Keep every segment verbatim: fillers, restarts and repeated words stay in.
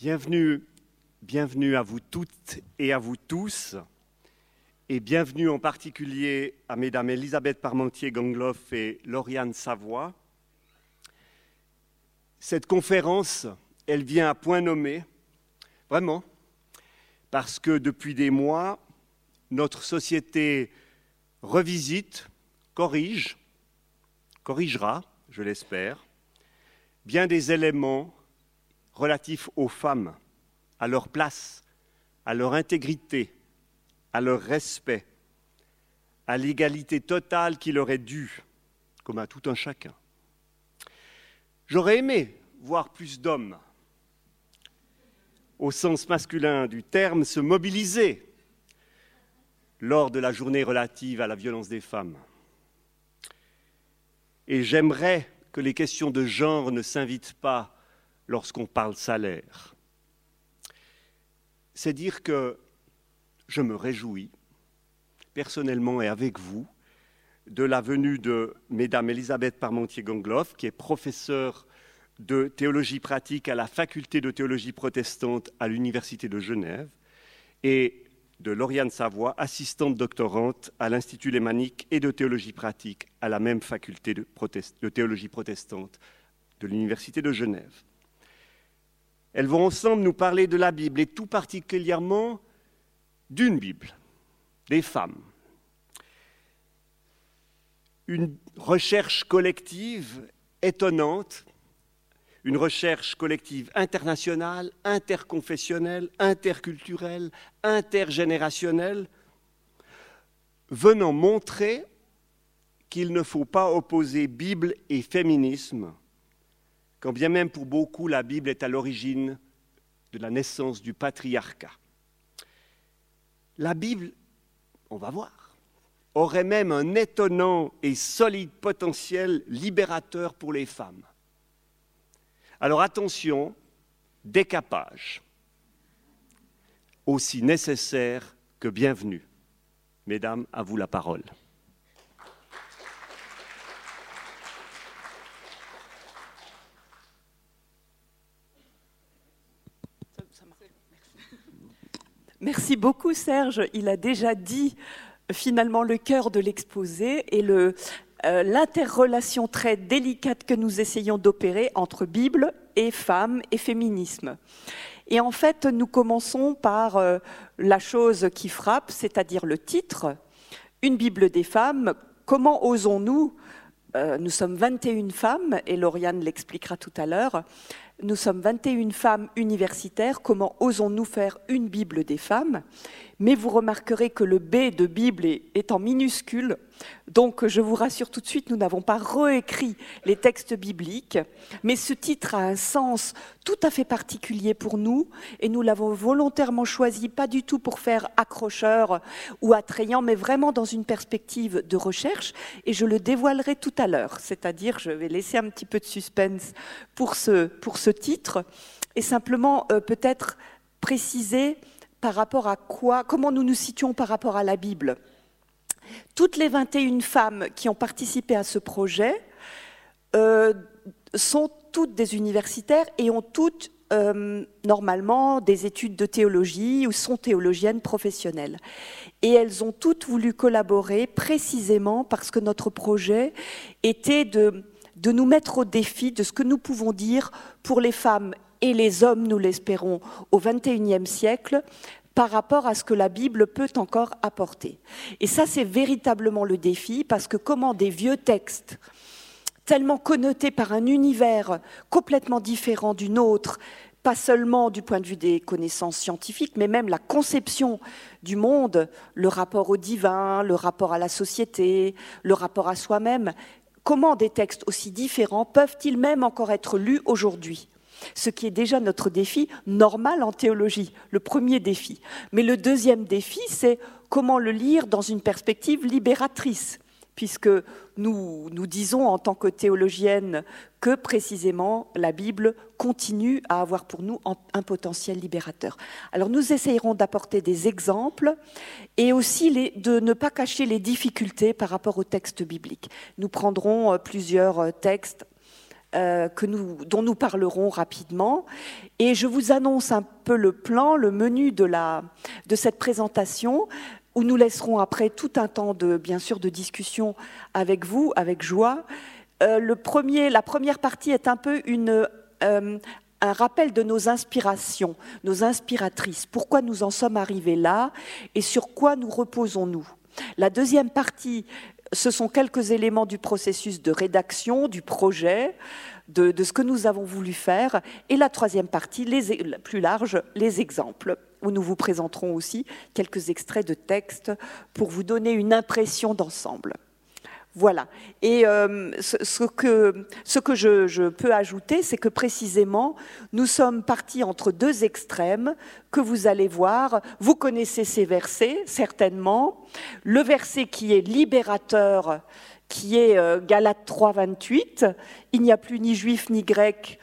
Bienvenue, bienvenue à vous toutes et à vous tous, et bienvenue en particulier à Mesdames Elisabeth Parmentier-Gangloff et Lauriane Savoie. Cette conférence, elle vient à point nommé, vraiment, parce que depuis des mois, notre société revisite, corrige, corrigera, je l'espère, bien des éléments relatifs aux femmes, à leur place, à leur intégrité, à leur respect, à l'égalité totale qui leur est due, comme à tout un chacun. J'aurais aimé voir plus d'hommes, au sens masculin du terme, se mobiliser lors de la journée relative à la violence des femmes. Et j'aimerais que les questions de genre ne s'invitent pas lorsqu'on parle salaire. C'est dire que je me réjouis, personnellement et avec vous, de la venue de Mesdames Elisabeth Parmentier-Gangloff, qui est professeure de théologie pratique à la faculté de théologie protestante à l'Université de Genève, et de Lauriane Savoie, assistante doctorante à l'Institut lémanique et de théologie pratique à la même faculté de, protest- de théologie protestante de l'Université de Genève. Elles vont ensemble nous parler de la Bible, et tout particulièrement d'une Bible, des femmes. Une recherche collective étonnante, une recherche collective internationale, interconfessionnelle, interculturelle, intergénérationnelle, venant montrer qu'il ne faut pas opposer Bible et féminisme, quand bien même pour beaucoup la Bible est à l'origine de la naissance du patriarcat. La Bible, on va voir, aurait même un étonnant et solide potentiel libérateur pour les femmes. Alors attention, décapage, aussi nécessaire que bienvenu. Mesdames, à vous la parole. Merci beaucoup Serge, il a déjà dit finalement le cœur de l'exposé et le, euh, l'interrelation très délicate que nous essayons d'opérer entre Bible et femmes et féminisme. Et en fait, nous commençons par euh, la chose qui frappe, c'est-à-dire le titre, « Une Bible des femmes, comment osons-nous » euh, Nous sommes vingt et une femmes, et Lauriane l'expliquera tout à l'heure. Nous sommes vingt et une femmes universitaires, comment osons-nous faire une Bible des femmes? Mais vous remarquerez que le B de Bible est, est en minuscule, donc je vous rassure tout de suite, nous n'avons pas réécrit les textes bibliques, mais ce titre a un sens tout à fait particulier pour nous, et nous l'avons volontairement choisi, pas du tout pour faire accrocheur ou attrayant, mais vraiment dans une perspective de recherche, et je le dévoilerai tout à l'heure, c'est-à-dire je vais laisser un petit peu de suspense pour ce, pour ce titre, et simplement euh, peut-être préciser par rapport à quoi, comment nous nous situons par rapport à la Bible. Toutes les vingt et une femmes qui ont participé à ce projet euh, sont toutes des universitaires et ont toutes euh, normalement des études de théologie ou sont théologiennes professionnelles. Et elles ont toutes voulu collaborer précisément parce que notre projet était de, de nous mettre au défi de ce que nous pouvons dire pour les femmes et les hommes, nous l'espérons, au vingt et unième siècle, par rapport à ce que la Bible peut encore apporter. Et ça, c'est véritablement le défi, parce que comment des vieux textes, tellement connotés par un univers complètement différent du nôtre, pas seulement du point de vue des connaissances scientifiques, mais même la conception du monde, le rapport au divin, le rapport à la société, le rapport à soi-même, comment des textes aussi différents peuvent-ils même encore être lus aujourd'hui ? Ce qui est déjà notre défi normal en théologie, le premier défi. Mais le deuxième défi, c'est comment le lire dans une perspective libératrice, puisque nous, nous disons en tant que théologiennes que précisément la Bible continue à avoir pour nous un potentiel libérateur. Alors nous essayerons d'apporter des exemples et aussi les, de ne pas cacher les difficultés par rapport aux textes bibliques. Nous prendrons plusieurs textes euh, que nous, dont nous parlerons rapidement. Et je vous annonce un peu le plan, le menu de, la, de cette présentation, où nous laisserons après tout un temps de, bien sûr, de discussion avec vous, avec joie. Euh, le premier, la première partie est un peu une, euh, un rappel de nos inspirations, nos inspiratrices. Pourquoi nous en sommes arrivés là et sur quoi nous reposons-nous. La deuxième partie, ce sont quelques éléments du processus de rédaction, du projet, de, de ce que nous avons voulu faire. Et la troisième partie, les, plus large, les exemples, où nous vous présenterons aussi quelques extraits de textes pour vous donner une impression d'ensemble. Voilà. Et euh, ce, ce que, ce que je, je peux ajouter, c'est que précisément, nous sommes partis entre deux extrêmes que vous allez voir. Vous connaissez ces versets, certainement. Le verset qui est libérateur, qui est euh, Galates trois, vingt-huit. Il n'y a plus ni juif ni grec,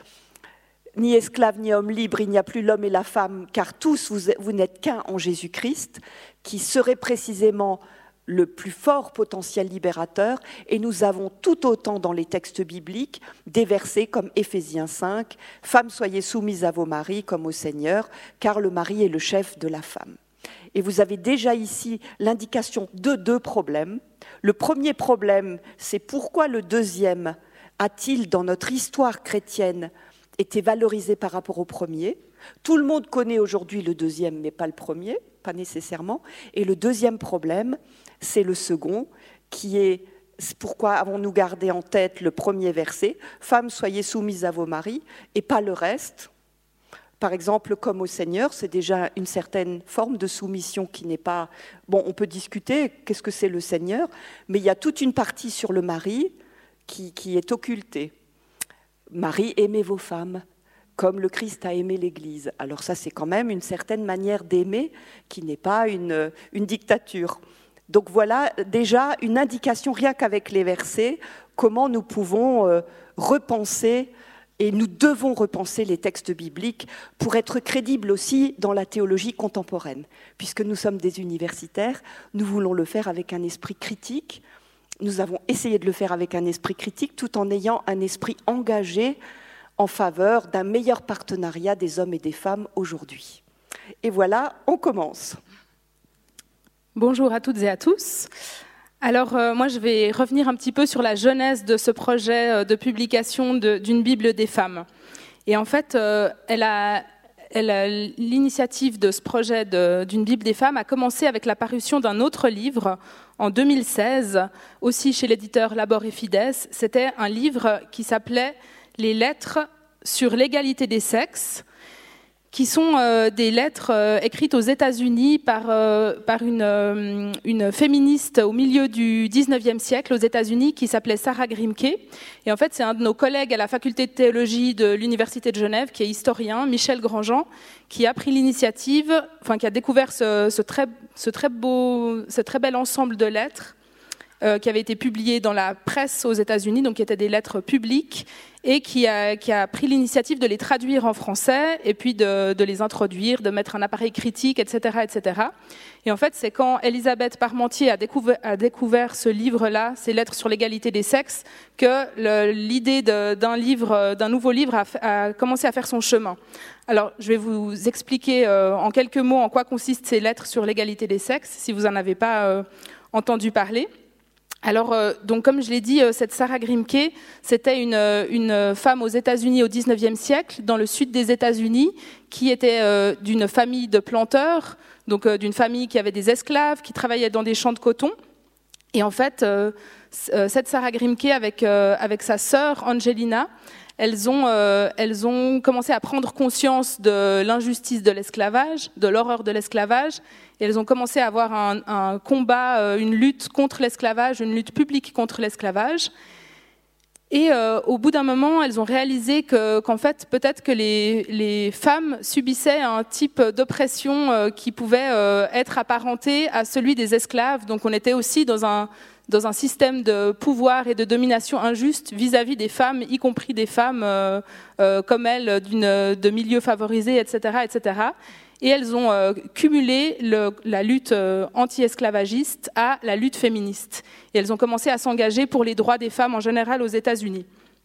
ni esclave ni homme libre, il n'y a plus l'homme et la femme, car tous vous, vous n'êtes qu'un en Jésus-Christ, qui serait précisément le plus fort potentiel libérateur, et nous avons tout autant dans les textes bibliques des versets comme Éphésiens cinq, « Femmes, soyez soumises à vos maris comme au Seigneur, car le mari est le chef de la femme ». Et vous avez déjà ici l'indication de deux problèmes. Le premier problème, c'est pourquoi le deuxième a-t-il, dans notre histoire chrétienne, été valorisé par rapport au premier. Tout le monde connaît aujourd'hui le deuxième, mais pas le premier, pas nécessairement. Et le deuxième problème, c'est le second, qui est pourquoi avons-nous gardé en tête le premier verset, « Femmes, soyez soumises à vos maris » et pas le reste. Par exemple, comme au Seigneur, c'est déjà une certaine forme de soumission qui n'est pas... Bon, on peut discuter, qu'est-ce que c'est le Seigneur, mais il y a toute une partie sur le mari qui, qui est occultée. Marie, aimez vos femmes, comme le Christ a aimé l'Église. Alors ça, c'est quand même une certaine manière d'aimer qui n'est pas une, une dictature. Donc voilà déjà une indication, rien qu'avec les versets, comment nous pouvons euh, repenser, et nous devons repenser les textes bibliques pour être crédibles aussi dans la théologie contemporaine. Puisque nous sommes des universitaires, nous voulons le faire avec un esprit critique. Nous avons essayé de le faire avec un esprit critique tout en ayant un esprit engagé en faveur d'un meilleur partenariat des hommes et des femmes aujourd'hui. Et voilà, on commence. Bonjour à toutes et à tous. Alors euh, moi je vais revenir un petit peu sur la genèse de ce projet de publication de, d'une Bible des femmes. Et en fait, euh, elle a, elle a, l'initiative de ce projet de, d'une Bible des femmes a commencé avec la parution d'un autre livre en deux mille seize, aussi chez l'éditeur Labor et Fides. C'était un livre qui s'appelait « Les lettres sur l'égalité des sexes », qui sont euh, des lettres euh, écrites aux États-Unis par, euh, par une, euh, une féministe au milieu du dix-neuvième siècle aux États-Unis qui s'appelait Sarah Grimke. Et en fait, c'est un de nos collègues à la faculté de théologie de l'Université de Genève, qui est historien, Michel Grandjean, qui a pris l'initiative, enfin qui a découvert ce, ce, très, ce, très beau, ce très bel ensemble de lettres euh, qui avait été publié dans la presse aux États-Unis, donc qui étaient des lettres publiques, et qui a, qui a pris l'initiative de les traduire en français et puis de, de les introduire, de mettre un appareil critique, et cetera, et cetera. Et en fait, c'est quand Elisabeth Parmentier a découvert, a découvert ce livre-là, ces lettres sur l'égalité des sexes, que le, l'idée de, d'un livre, d'un nouveau livre a, a commencé à faire son chemin. Alors, je vais vous expliquer euh, en quelques mots en quoi consistent ces lettres sur l'égalité des sexes, si vous n'en avez pas euh, entendu parler. Alors, euh, donc, comme je l'ai dit, euh, cette Sarah Grimke, c'était une, une femme aux États-Unis au dix-neuvième siècle, dans le sud des États-Unis, qui était euh, d'une famille de planteurs, donc euh, d'une famille qui avait des esclaves, qui travaillaient dans des champs de coton. Et en fait, euh, cette Sarah Grimke, avec, euh, avec sa sœur Angelina, elles ont, euh, elles ont commencé à prendre conscience de l'injustice de l'esclavage, de l'horreur de l'esclavage, et elles ont commencé à avoir un, un combat, une lutte contre l'esclavage, une lutte publique contre l'esclavage. Et euh, au bout d'un moment, elles ont réalisé que, qu'en fait, peut-être que les, les femmes subissaient un type d'oppression euh, qui pouvait euh, être apparenté à celui des esclaves. Donc on était aussi dans un, dans un système de pouvoir et de domination injuste vis-à-vis des femmes, y compris des femmes euh, euh, comme elles, d'une, de milieux favorisés, et cetera, et cetera. Et elles ont euh, cumulé le, la lutte euh, anti-esclavagiste à la lutte féministe. Et elles ont commencé à s'engager pour les droits des femmes en général aux États-Unis.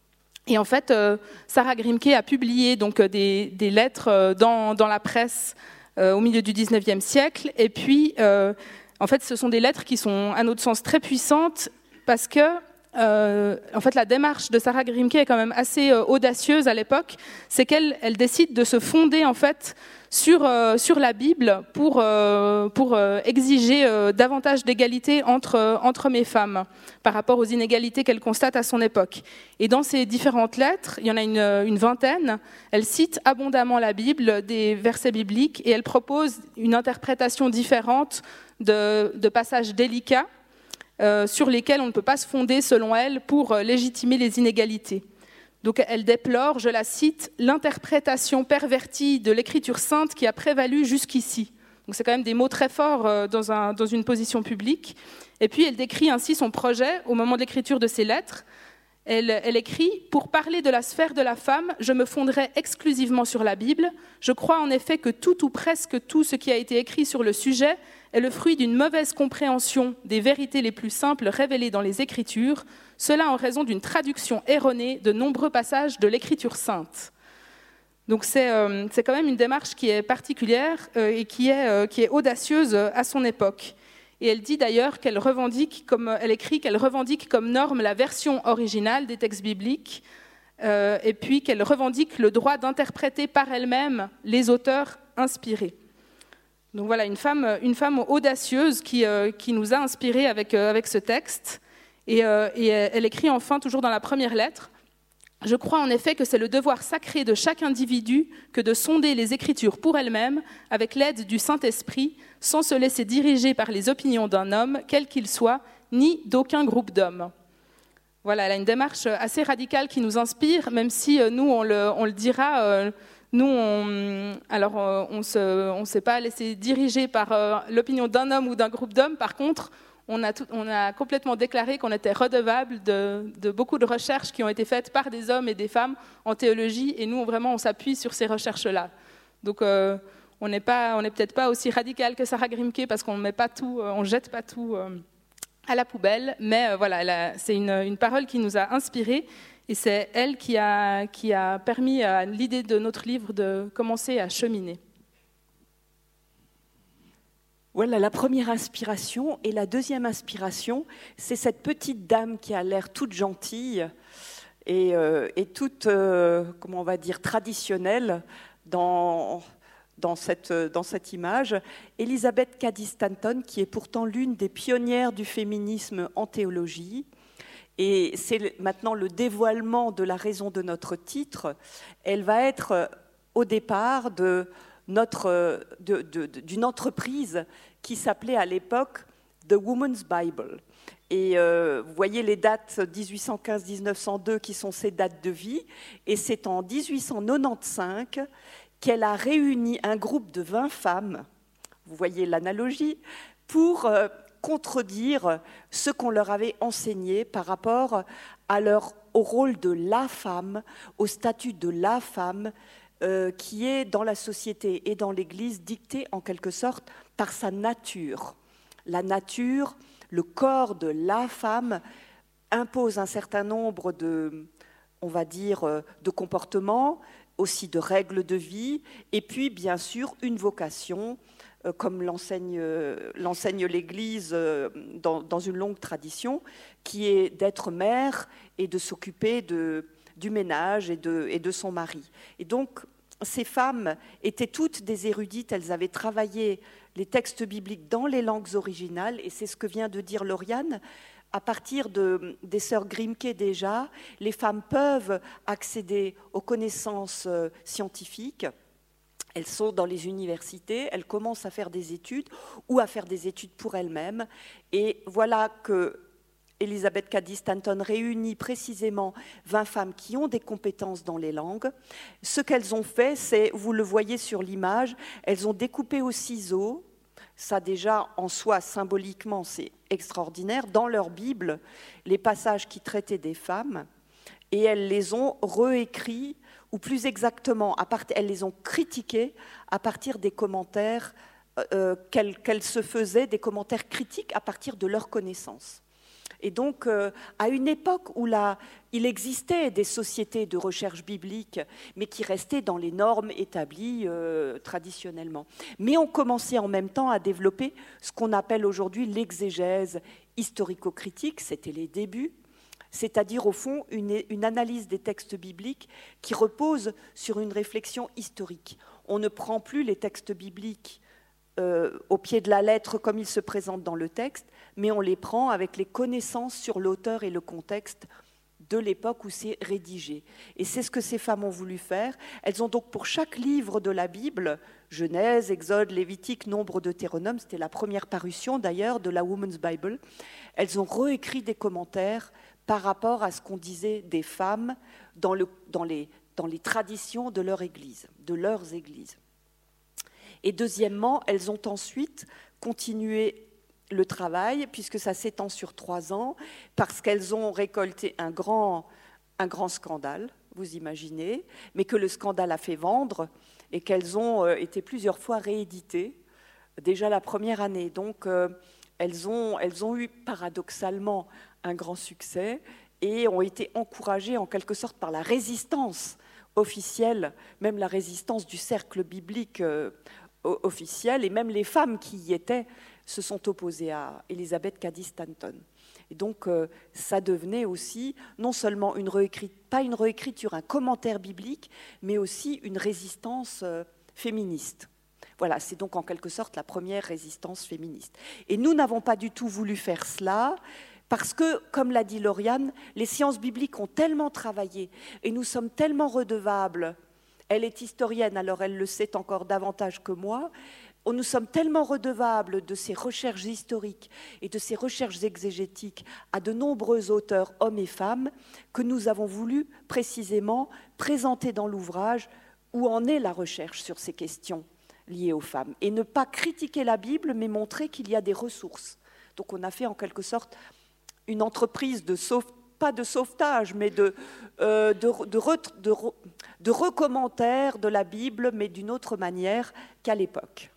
Et en fait, euh, Sarah Grimke a publié donc, des, des lettres euh, dans, dans la presse euh, au milieu du dix-neuvième siècle. Et puis, euh, en fait, ce sont des lettres qui sont, à notre sens, très puissantes parce que Euh, en fait, la démarche de Sarah Grimke est quand même assez euh, audacieuse à l'époque. C'est qu'elle elle décide de se fonder en fait sur euh, sur la Bible pour euh, pour euh, exiger euh, davantage d'égalité entre euh, entre hommes et femmes par rapport aux inégalités qu'elle constate à son époque. Et dans ces différentes lettres, il y en a une, une vingtaine. Elle cite abondamment la Bible, des versets bibliques, et elle propose une interprétation différente de, de passages délicats. Euh, sur lesquels on ne peut pas se fonder, selon elle, pour euh, légitimer les inégalités. Donc elle déplore, je la cite, « l'interprétation pervertie de l'écriture sainte qui a prévalu jusqu'ici ». Donc c'est quand même des mots très forts euh, dans, un, dans une position publique. Et puis elle décrit ainsi son projet au moment de l'écriture de ses lettres. Elle, elle écrit « Pour parler de la sphère de la femme, je me fonderai exclusivement sur la Bible. Je crois en effet que tout ou presque tout ce qui a été écrit sur le sujet est le fruit d'une mauvaise compréhension des vérités les plus simples révélées dans les Écritures, cela en raison d'une traduction erronée de nombreux passages de l'Écriture sainte. » Donc c'est, euh, c'est quand même une démarche qui est particulière euh, et qui est, euh, qui est audacieuse à son époque. Et elle dit d'ailleurs qu'elle revendique, comme elle écrit, qu'elle revendique comme norme la version originale des textes bibliques, euh, et puis qu'elle revendique le droit d'interpréter par elle-même les auteurs inspirés. Donc voilà, une femme, une femme audacieuse qui, euh, qui nous a inspirés avec, euh, avec ce texte. Et, euh, et elle écrit enfin, toujours dans la première lettre, « Je crois en effet que c'est le devoir sacré de chaque individu que de sonder les Écritures pour elles-mêmes avec l'aide du Saint-Esprit, sans se laisser diriger par les opinions d'un homme, quel qu'il soit, ni d'aucun groupe d'hommes. » Voilà, elle a une démarche assez radicale qui nous inspire, même si euh, nous, on le, on le dira... Euh, Nous, on, alors, on ne s'est pas laissé diriger par euh, l'opinion d'un homme ou d'un groupe d'hommes. Par contre, on a, tout, on a complètement déclaré qu'on était redevable de, de beaucoup de recherches qui ont été faites par des hommes et des femmes en théologie. Et nous, on, vraiment, on s'appuie sur ces recherches-là. Donc, euh, on n'est pas, on n'est peut-être pas aussi radical que Sarah Grimke parce qu'on ne met pas tout, on jette pas tout euh, à la poubelle. Mais euh, voilà, a, c'est une, une parole qui nous a inspirés. Et c'est elle qui a, qui a permis à l'idée de notre livre de commencer à cheminer. Voilà la première inspiration. Et la deuxième inspiration, c'est cette petite dame qui a l'air toute gentille et, euh, et toute, euh, comment on va dire, traditionnelle dans, dans, cette, dans cette image. Elizabeth Cady Stanton, qui est pourtant l'une des pionnières du féminisme en théologie. Et c'est maintenant le dévoilement de la raison de notre titre. Elle va être au départ de notre, de, de, de, d'une entreprise qui s'appelait à l'époque The Woman's Bible. Et euh, vous voyez les dates dix-huit cent quinze à dix-neuf cent deux qui sont ses dates de vie. Et c'est en dix-huit cent quatre-vingt-quinze qu'elle a réuni un groupe de vingt femmes, vous voyez l'analogie, pour... Euh, contredire ce qu'on leur avait enseigné par rapport à leur, au rôle de la femme, au statut de la femme euh, qui est dans la société et dans l'Église dicté en quelque sorte par sa nature. La nature, le corps de la femme impose un certain nombre de, on va dire, de comportements, aussi de règles de vie, et puis bien sûr une vocation comme l'enseigne, l'enseigne l'Église dans, dans une longue tradition, qui est d'être mère et de s'occuper de, du ménage et de, et de son mari. Et donc, ces femmes étaient toutes des érudites, elles avaient travaillé les textes bibliques dans les langues originales, et c'est ce que vient de dire Lauriane. À partir de, des sœurs Grimke déjà, les femmes peuvent accéder aux connaissances scientifiques. Elles sont dans les universités, elles commencent à faire des études ou à faire des études pour elles-mêmes. Et voilà que Elizabeth Cady Stanton réunit précisément vingt femmes qui ont des compétences dans les langues. Ce qu'elles ont fait, c'est, vous le voyez sur l'image, elles ont découpé au ciseau. Ça déjà, en soi, symboliquement, c'est extraordinaire. Dans leur Bible, les passages qui traitaient des femmes, et elles les ont réécrits, ou plus exactement, à part, elles les ont critiqués à partir des commentaires euh, qu'elles, qu'elles se faisaient, des commentaires critiques à partir de leurs connaissances. Et donc, euh, à une époque où là, il existait des sociétés de recherche biblique, mais qui restaient dans les normes établies euh, traditionnellement. Mais on commençait en même temps à développer ce qu'on appelle aujourd'hui l'exégèse historico-critique, c'était les débuts, c'est-à-dire au fond une, une analyse des textes bibliques qui repose sur une réflexion historique. On ne prend plus les textes bibliques euh, au pied de la lettre comme ils se présentent dans le texte, mais on les prend avec les connaissances sur l'auteur et le contexte de l'époque où c'est rédigé. Et c'est ce que ces femmes ont voulu faire. Elles ont donc pour chaque livre de la Bible, Genèse, Exode, Lévitique, Nombre, Deutéronome, c'était la première parution d'ailleurs de la Women's Bible, elles ont réécrit des commentaires par rapport à ce qu'on disait des femmes dans, le, dans, les, dans les traditions de leur église, de leurs églises. Et deuxièmement, elles ont ensuite continué le travail, puisque ça s'étend sur trois ans, parce qu'elles ont récolté un grand, un grand scandale, vous imaginez, mais que le scandale a fait vendre et qu'elles ont été plusieurs fois rééditées, déjà la première année. Donc, euh, elles, ont, elles ont eu paradoxalement un grand succès et ont été encouragées en quelque sorte par la résistance officielle, même la résistance du cercle biblique euh, officiel, et même les femmes qui y étaient se sont opposées à Elizabeth Cady Stanton. Et donc, euh, ça devenait aussi non seulement une réécriture, pas une réécriture, un commentaire biblique, mais aussi une résistance euh, féministe. Voilà, c'est donc en quelque sorte la première résistance féministe. Et nous n'avons pas du tout voulu faire cela, parce que, comme l'a dit Lauriane, les sciences bibliques ont tellement travaillé, et nous sommes tellement redevables. Elle est historienne, alors elle le sait encore davantage que moi. Nous sommes tellement redevables de ces recherches historiques et de ces recherches exégétiques à de nombreux auteurs, hommes et femmes, que nous avons voulu précisément présenter dans l'ouvrage où en est la recherche sur ces questions liées aux femmes. Et ne pas critiquer la Bible, mais montrer qu'il y a des ressources. Donc on a fait en quelque sorte une entreprise de sauvetage, pas de sauvetage, mais de, euh, de, de, re, de, re, de recommentaire de la Bible, mais d'une autre manière qu'à l'époque.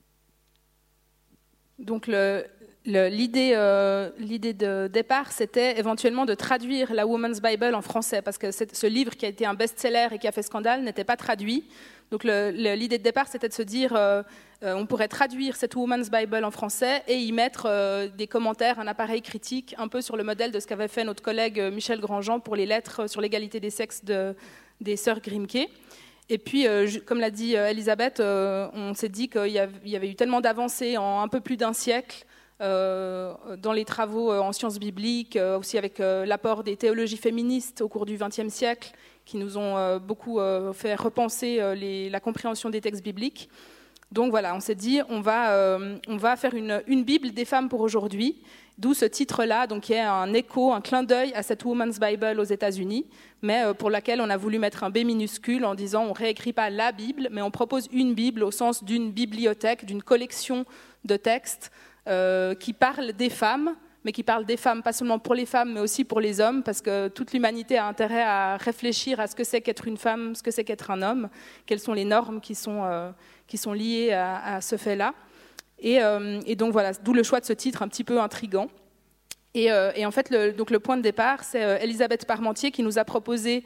Donc le, le, l'idée, euh, l'idée de départ, c'était éventuellement de traduire la Women's Bible en français, parce que ce livre qui a été un best-seller et qui a fait scandale n'était pas traduit. Donc le, le, l'idée de départ, c'était de se dire euh, euh, on pourrait traduire cette Women's Bible en français et y mettre euh, des commentaires, un appareil critique, un peu sur le modèle de ce qu'avait fait notre collègue Michel Grandjean pour les lettres sur l'égalité des sexes de, des sœurs Grimké. Et puis, euh, comme l'a dit euh, Elisabeth, euh, on s'est dit qu'il y avait, il y avait eu tellement d'avancées en un peu plus d'un siècle euh, dans les travaux euh, en sciences bibliques, euh, aussi avec euh, l'apport des théologies féministes au cours du vingtième siècle, qui nous ont euh, beaucoup euh, fait repenser euh, les, la compréhension des textes bibliques. Donc voilà, on s'est dit, on va, euh, on va faire une, une Bible des femmes pour aujourd'hui, d'où ce titre-là, donc qui est un écho, un clin d'œil à cette Women's Bible aux États-Unis, mais euh, pour laquelle on a voulu mettre un B minuscule en disant on ne réécrit pas la Bible, mais on propose une Bible au sens d'une bibliothèque, d'une collection de textes euh, qui parlent des femmes, mais qui parle des femmes, pas seulement pour les femmes, mais aussi pour les hommes, parce que toute l'humanité a intérêt à réfléchir à ce que c'est qu'être une femme, ce que c'est qu'être un homme, quelles sont les normes qui sont, euh, qui sont liées à, à ce fait-là. Et, euh, et donc voilà, d'où le choix de ce titre un petit peu intriguant. Et, euh, et en fait, le, donc le point de départ, c'est euh, Elisabeth Parmentier qui nous a proposé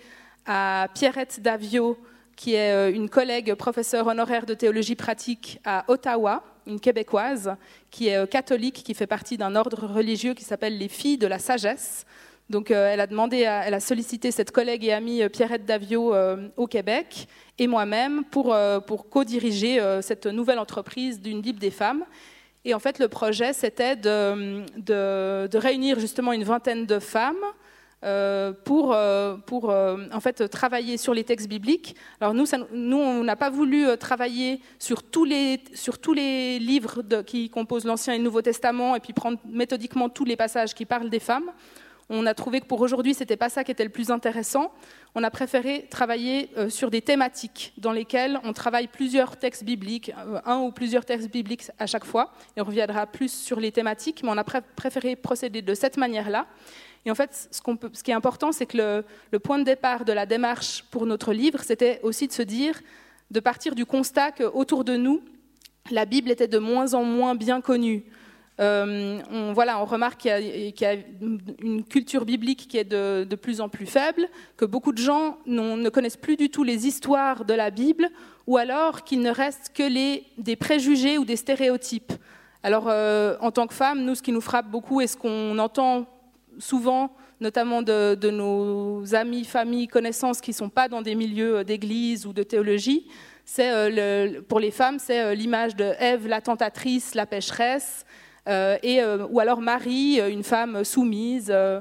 à Pierrette Davio, qui est une collègue professeure honoraire de théologie pratique à Ottawa, une Québécoise, qui est catholique, qui fait partie d'un ordre religieux qui s'appelle les Filles de la Sagesse. Donc euh, elle a demandé, à, elle a sollicité cette collègue et amie Pierrette Davio euh, au Québec et moi-même pour, euh, pour co-diriger euh, cette nouvelle entreprise d'une Bible des femmes. Et en fait, le projet, c'était de, de, de réunir justement une vingtaine de femmes Euh, pour, euh, pour euh, en fait, travailler sur les textes bibliques. Alors nous, ça, nous on n'a pas voulu euh, travailler sur tous les, sur tous les livres de, qui composent l'Ancien et le Nouveau Testament et puis prendre méthodiquement tous les passages qui parlent des femmes. On a trouvé que pour aujourd'hui, ce n'était pas ça qui était le plus intéressant. On a préféré travailler euh, sur des thématiques dans lesquelles on travaille plusieurs textes bibliques, euh, un ou plusieurs textes bibliques à chaque fois, et on reviendra plus sur les thématiques, mais on a pr- préféré procéder de cette manière-là. Et en fait, ce, qu'on peut, ce qui est important, c'est que le, le point de départ de la démarche pour notre livre, c'était aussi de se dire, de partir du constat qu'autour de nous, la Bible était de moins en moins bien connue. Euh, on, voilà, on remarque qu'il y a, qu'il y a une culture biblique qui est de, de plus en plus faible, que beaucoup de gens ne connaissent plus du tout les histoires de la Bible, ou alors qu'il ne reste que les, des préjugés ou des stéréotypes. Alors, euh, en tant que femme, nous, ce qui nous frappe beaucoup et ce qu'on entend souvent, notamment de, de nos amis, familles, connaissances qui ne sont pas dans des milieux d'église ou de théologie, c'est, euh, le, pour les femmes, c'est euh, l'image de Ève, la tentatrice, la pécheresse, Euh, et, euh, ou alors Marie, une femme soumise. Euh,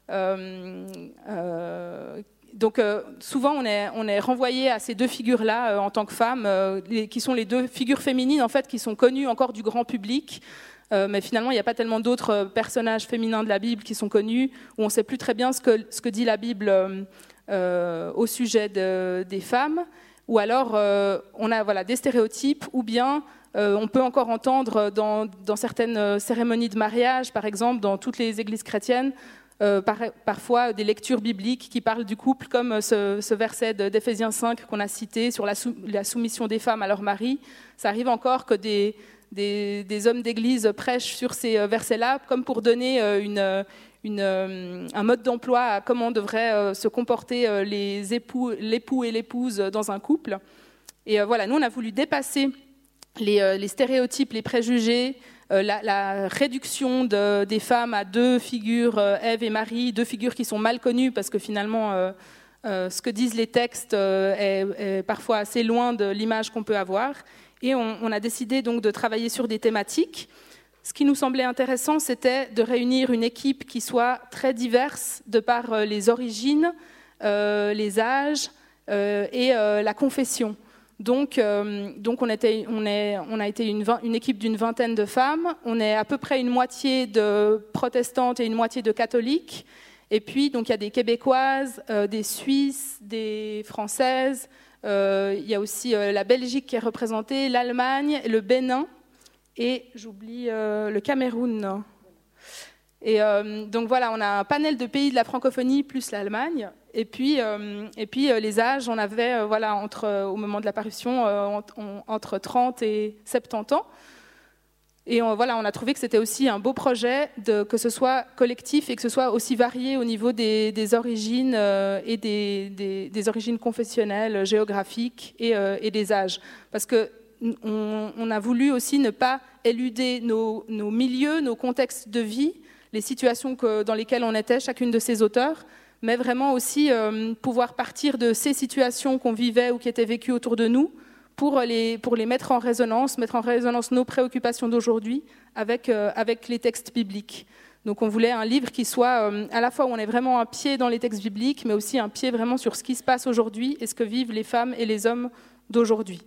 euh, euh, donc euh, souvent on est, on est renvoyé à ces deux figures-là euh, en tant que femme, euh, les, qui sont les deux figures féminines en fait, qui sont connues encore du grand public. Euh, mais finalement, il n'y a pas tellement d'autres personnages féminins de la Bible qui sont connus, où on ne sait plus très bien ce que, ce que dit la Bible euh, euh, au sujet de, des femmes. Ou alors euh, on a voilà, des stéréotypes, ou bien Euh, on peut encore entendre dans, dans certaines cérémonies de mariage, par exemple, dans toutes les églises chrétiennes, euh, par, parfois des lectures bibliques qui parlent du couple, comme ce, ce verset d'Éphésiens cinq qu'on a cité sur la, sou, la soumission des femmes à leur mari. Ça arrive encore que des, des, des hommes d'église prêchent sur ces versets-là, comme pour donner une, une, un mode d'emploi à comment devraient se comporter les époux, l'époux et l'épouse dans un couple. Et voilà, nous, on a voulu dépasser Les, euh, les stéréotypes, les préjugés, euh, la, la réduction de, des femmes à deux figures, euh, Ève et Marie, deux figures qui sont mal connues parce que finalement, euh, euh, ce que disent les textes euh, est, est parfois assez loin de l'image qu'on peut avoir. Et on, on a décidé donc de travailler sur des thématiques. Ce qui nous semblait intéressant, c'était de réunir une équipe qui soit très diverse de par euh, les origines, euh, les âges euh, et euh, la confession. Donc, euh, donc on, était, on, est, on a été une, une équipe d'une vingtaine de femmes. On est à peu près une moitié de protestantes et une moitié de catholiques. Et puis, donc, il y a des Québécoises, euh, des Suisses, des Françaises. Euh, il y a aussi euh, la Belgique qui est représentée, l'Allemagne, le Bénin et, j'oublie, euh, le Cameroun. Et euh, donc voilà, on a un panel de pays de la francophonie plus l'Allemagne. Et puis, euh, et puis euh, les âges, on avait, euh, voilà, entre, euh, au moment de la parution, euh, on, entre trente et soixante-dix ans. Et on, voilà, on a trouvé que c'était aussi un beau projet, de, que ce soit collectif et que ce soit aussi varié au niveau des, des origines euh, et des, des, des origines confessionnelles, géographiques et, euh, et des âges. Parce qu'on on a voulu aussi ne pas éluder nos, nos milieux, nos contextes de vie, les situations que, dans lesquelles on était, chacune de ces auteurs, mais vraiment aussi euh, pouvoir partir de ces situations qu'on vivait ou qui étaient vécues autour de nous pour les, pour les mettre en résonance, mettre en résonance nos préoccupations d'aujourd'hui avec, euh, avec les textes bibliques. Donc on voulait un livre qui soit euh, à la fois où on est vraiment un pied dans les textes bibliques, mais aussi un pied vraiment sur ce qui se passe aujourd'hui et ce que vivent les femmes et les hommes d'aujourd'hui.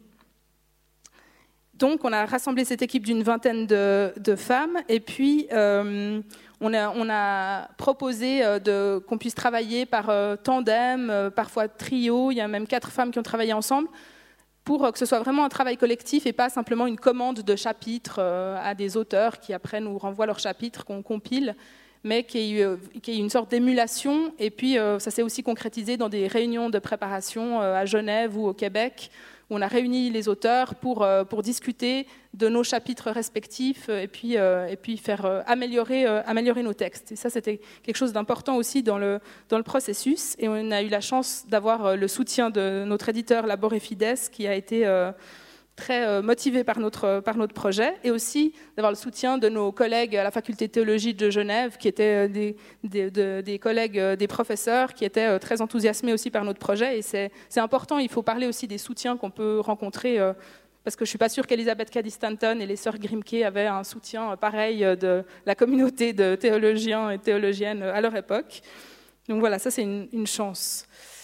Donc on a rassemblé cette équipe d'une vingtaine de, de femmes et puis euh, on, a, on a proposé euh, de, qu'on puisse travailler par euh, tandem, euh, parfois trio, il y a même quatre femmes qui ont travaillé ensemble pour euh, que ce soit vraiment un travail collectif et pas simplement une commande de chapitres euh, à des auteurs qui après nous renvoient leurs chapitres qu'on compile, mais qu'il y ait, euh, qu'il y ait une sorte d'émulation et puis euh, ça s'est aussi concrétisé dans des réunions de préparation euh, à Genève ou au Québec, où on a réuni les auteurs pour, euh, pour discuter de nos chapitres respectifs et puis, euh, et puis faire euh, améliorer, euh, améliorer nos textes. Et ça, c'était quelque chose d'important aussi dans le, dans le processus. Et on a eu la chance d'avoir le soutien de notre éditeur Labor et Fides, qui a été euh, très euh, motivé par notre, par notre projet, et aussi d'avoir le soutien de nos collègues à la faculté de théologie de Genève, qui étaient des, des, de, des collègues, des professeurs, qui étaient très enthousiasmés aussi par notre projet. Et c'est, c'est important, il faut parler aussi des soutiens qu'on peut rencontrer, euh, parce que je ne suis pas sûre qu'Elisabeth Cady Stanton et les sœurs Grimké avaient un soutien pareil de la communauté de théologiens et théologiennes à leur époque. Donc voilà, ça c'est une, une chance.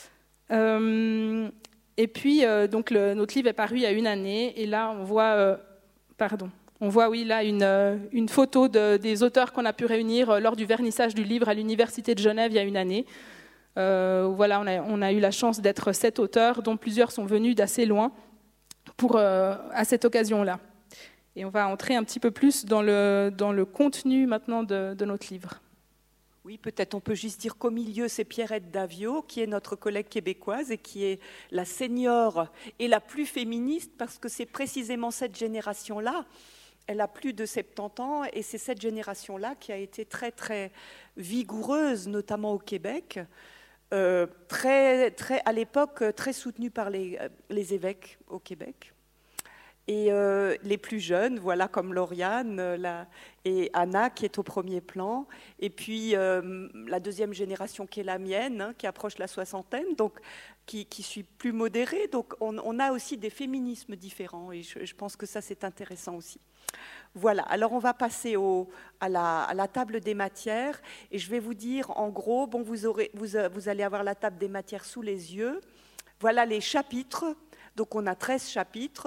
Euh, Et puis, euh, donc le, notre livre est paru il y a une année, et là, on voit, euh, pardon, on voit, oui, là, une, euh, une photo de, des auteurs qu'on a pu réunir euh, lors du vernissage du livre à l'Université de Genève il y a une année. Euh, voilà, on a, on a eu la chance d'être sept auteurs, dont plusieurs sont venus d'assez loin pour, euh, à cette occasion-là. Et on va entrer un petit peu plus dans le, dans le contenu maintenant de, de notre livre. Oui, peut-être on peut juste dire qu'au milieu, c'est Pierrette Davio, qui est notre collègue québécoise et qui est la senior et la plus féministe, parce que c'est précisément cette génération-là Elle a plus de soixante-dix ans et c'est cette génération-là qui a été très, très vigoureuse, notamment au Québec, euh, très, très, à l'époque très soutenue par les, les évêques au Québec. Et euh, les plus jeunes, voilà, comme Lauriane la, et Anna, qui est au premier plan. Et puis euh, la deuxième génération, qui est la mienne, hein, qui approche la soixantaine, donc qui, qui suis plus modérée. Donc on, on a aussi des féminismes différents. Et je, je pense que ça, c'est intéressant aussi. Voilà, alors on va passer au, à, la, à la table des matières. Et je vais vous dire, en gros, bon, vous, aurez, vous, vous allez avoir la table des matières sous les yeux. Voilà les chapitres. Donc on a treize chapitres.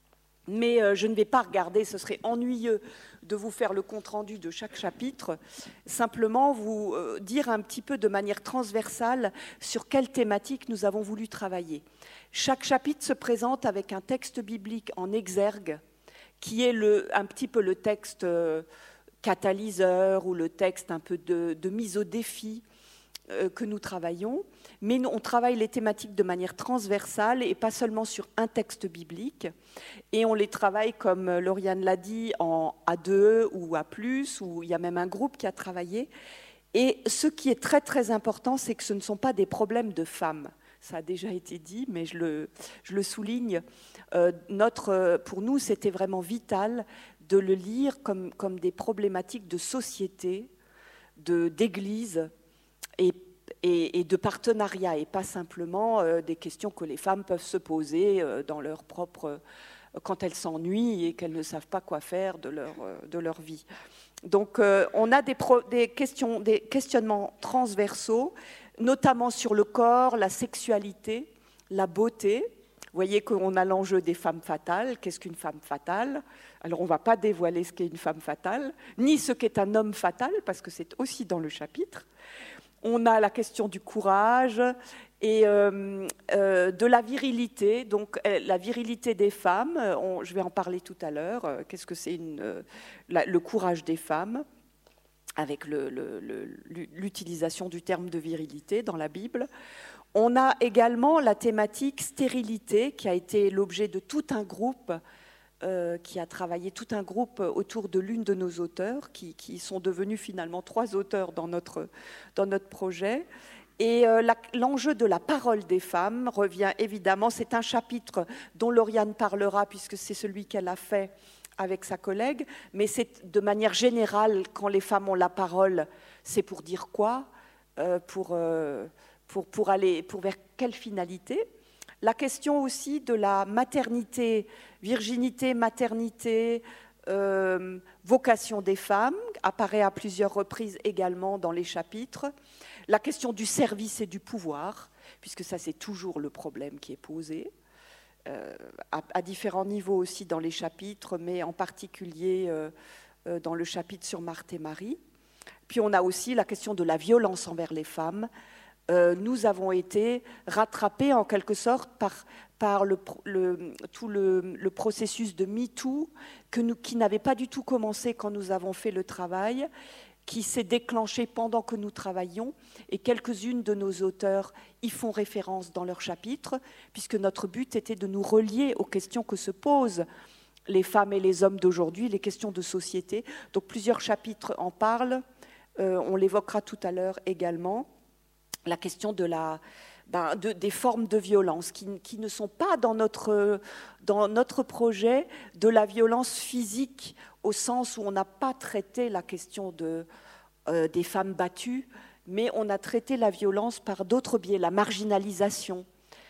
Mais euh, je ne vais pas regarder, ce serait ennuyeux de vous faire le compte-rendu de chaque chapitre. Simplement vous euh, dire un petit peu de manière transversale sur quelle thématique nous avons voulu travailler. Chaque chapitre se présente avec un texte biblique en exergue, qui est le, un petit peu le texte euh, catalyseur ou le texte un peu de, de mise au défi euh, que nous travaillons. Mais on travaille les thématiques de manière transversale et pas seulement sur un texte biblique. Et on les travaille, comme Lauriane l'a dit, en A deux ou A plus, où il y a même un groupe qui a travaillé. Et ce qui est très très important, c'est que ce ne sont pas des problèmes de femmes. Ça a déjà été dit, mais je le, je le souligne. Euh, notre, pour nous, c'était vraiment vital de le lire comme, comme des problématiques de société, de, d'église et Et, et de partenariat, et pas simplement euh, des questions que les femmes peuvent se poser euh, dans leur propre, euh, quand elles s'ennuient et qu'elles ne savent pas quoi faire de leur, euh, de leur vie. Donc euh, on a des, pro, des, questions, des questionnements transversaux, notamment sur le corps, la sexualité, la beauté. Vous voyez qu'on a l'enjeu des femmes fatales. Qu'est-ce qu'une femme fatale? Alors on ne va pas dévoiler ce qu'est une femme fatale, ni ce qu'est un homme fatal, parce que c'est aussi dans le chapitre. On a la question du courage et euh, euh, de la virilité, donc euh, la virilité des femmes, on, je vais en parler tout à l'heure, euh, qu'est-ce que c'est une, euh, la, le courage des femmes, avec le, le, le, l'utilisation du terme de virilité dans la Bible. On a également la thématique stérilité, qui a été l'objet de tout un groupe, Euh, qui a travaillé tout un groupe autour de l'une de nos auteurs, qui, qui sont devenus finalement trois auteurs dans notre, dans notre projet. Et euh, la, l'enjeu de la parole des femmes revient évidemment, c'est un chapitre dont Lauriane parlera, puisque c'est celui qu'elle a fait avec sa collègue, mais c'est de manière générale, quand les femmes ont la parole, c'est pour dire quoi, euh, pour, euh, pour, pour aller, pour vers quelle finalité. La question aussi de la maternité, virginité, maternité, euh, vocation des femmes apparaît à plusieurs reprises également dans les chapitres. La question du service et du pouvoir, puisque ça c'est toujours le problème qui est posé, euh, à, à différents niveaux aussi dans les chapitres, mais en particulier euh, euh, dans le chapitre sur Marthe et Marie. Puis on a aussi la question de la violence envers les femmes. Euh, nous avons été rattrapés en quelque sorte par, par le, le, tout le, le processus de MeToo que nous, qui n'avait pas du tout commencé quand nous avons fait le travail, qui s'est déclenché pendant que nous travaillions, et quelques-unes de nos auteurs y font référence dans leurs chapitres, puisque notre but était de nous relier aux questions que se posent les femmes et les hommes d'aujourd'hui, les questions de société. Donc plusieurs chapitres en parlent, euh, on l'évoquera tout à l'heure également. La question de la, ben, de, des formes de violence qui, qui ne sont pas dans notre, dans notre projet de la violence physique, au sens où on n'a pas traité la question de, euh, des femmes battues, mais on a traité la violence par d'autres biais, la marginalisation,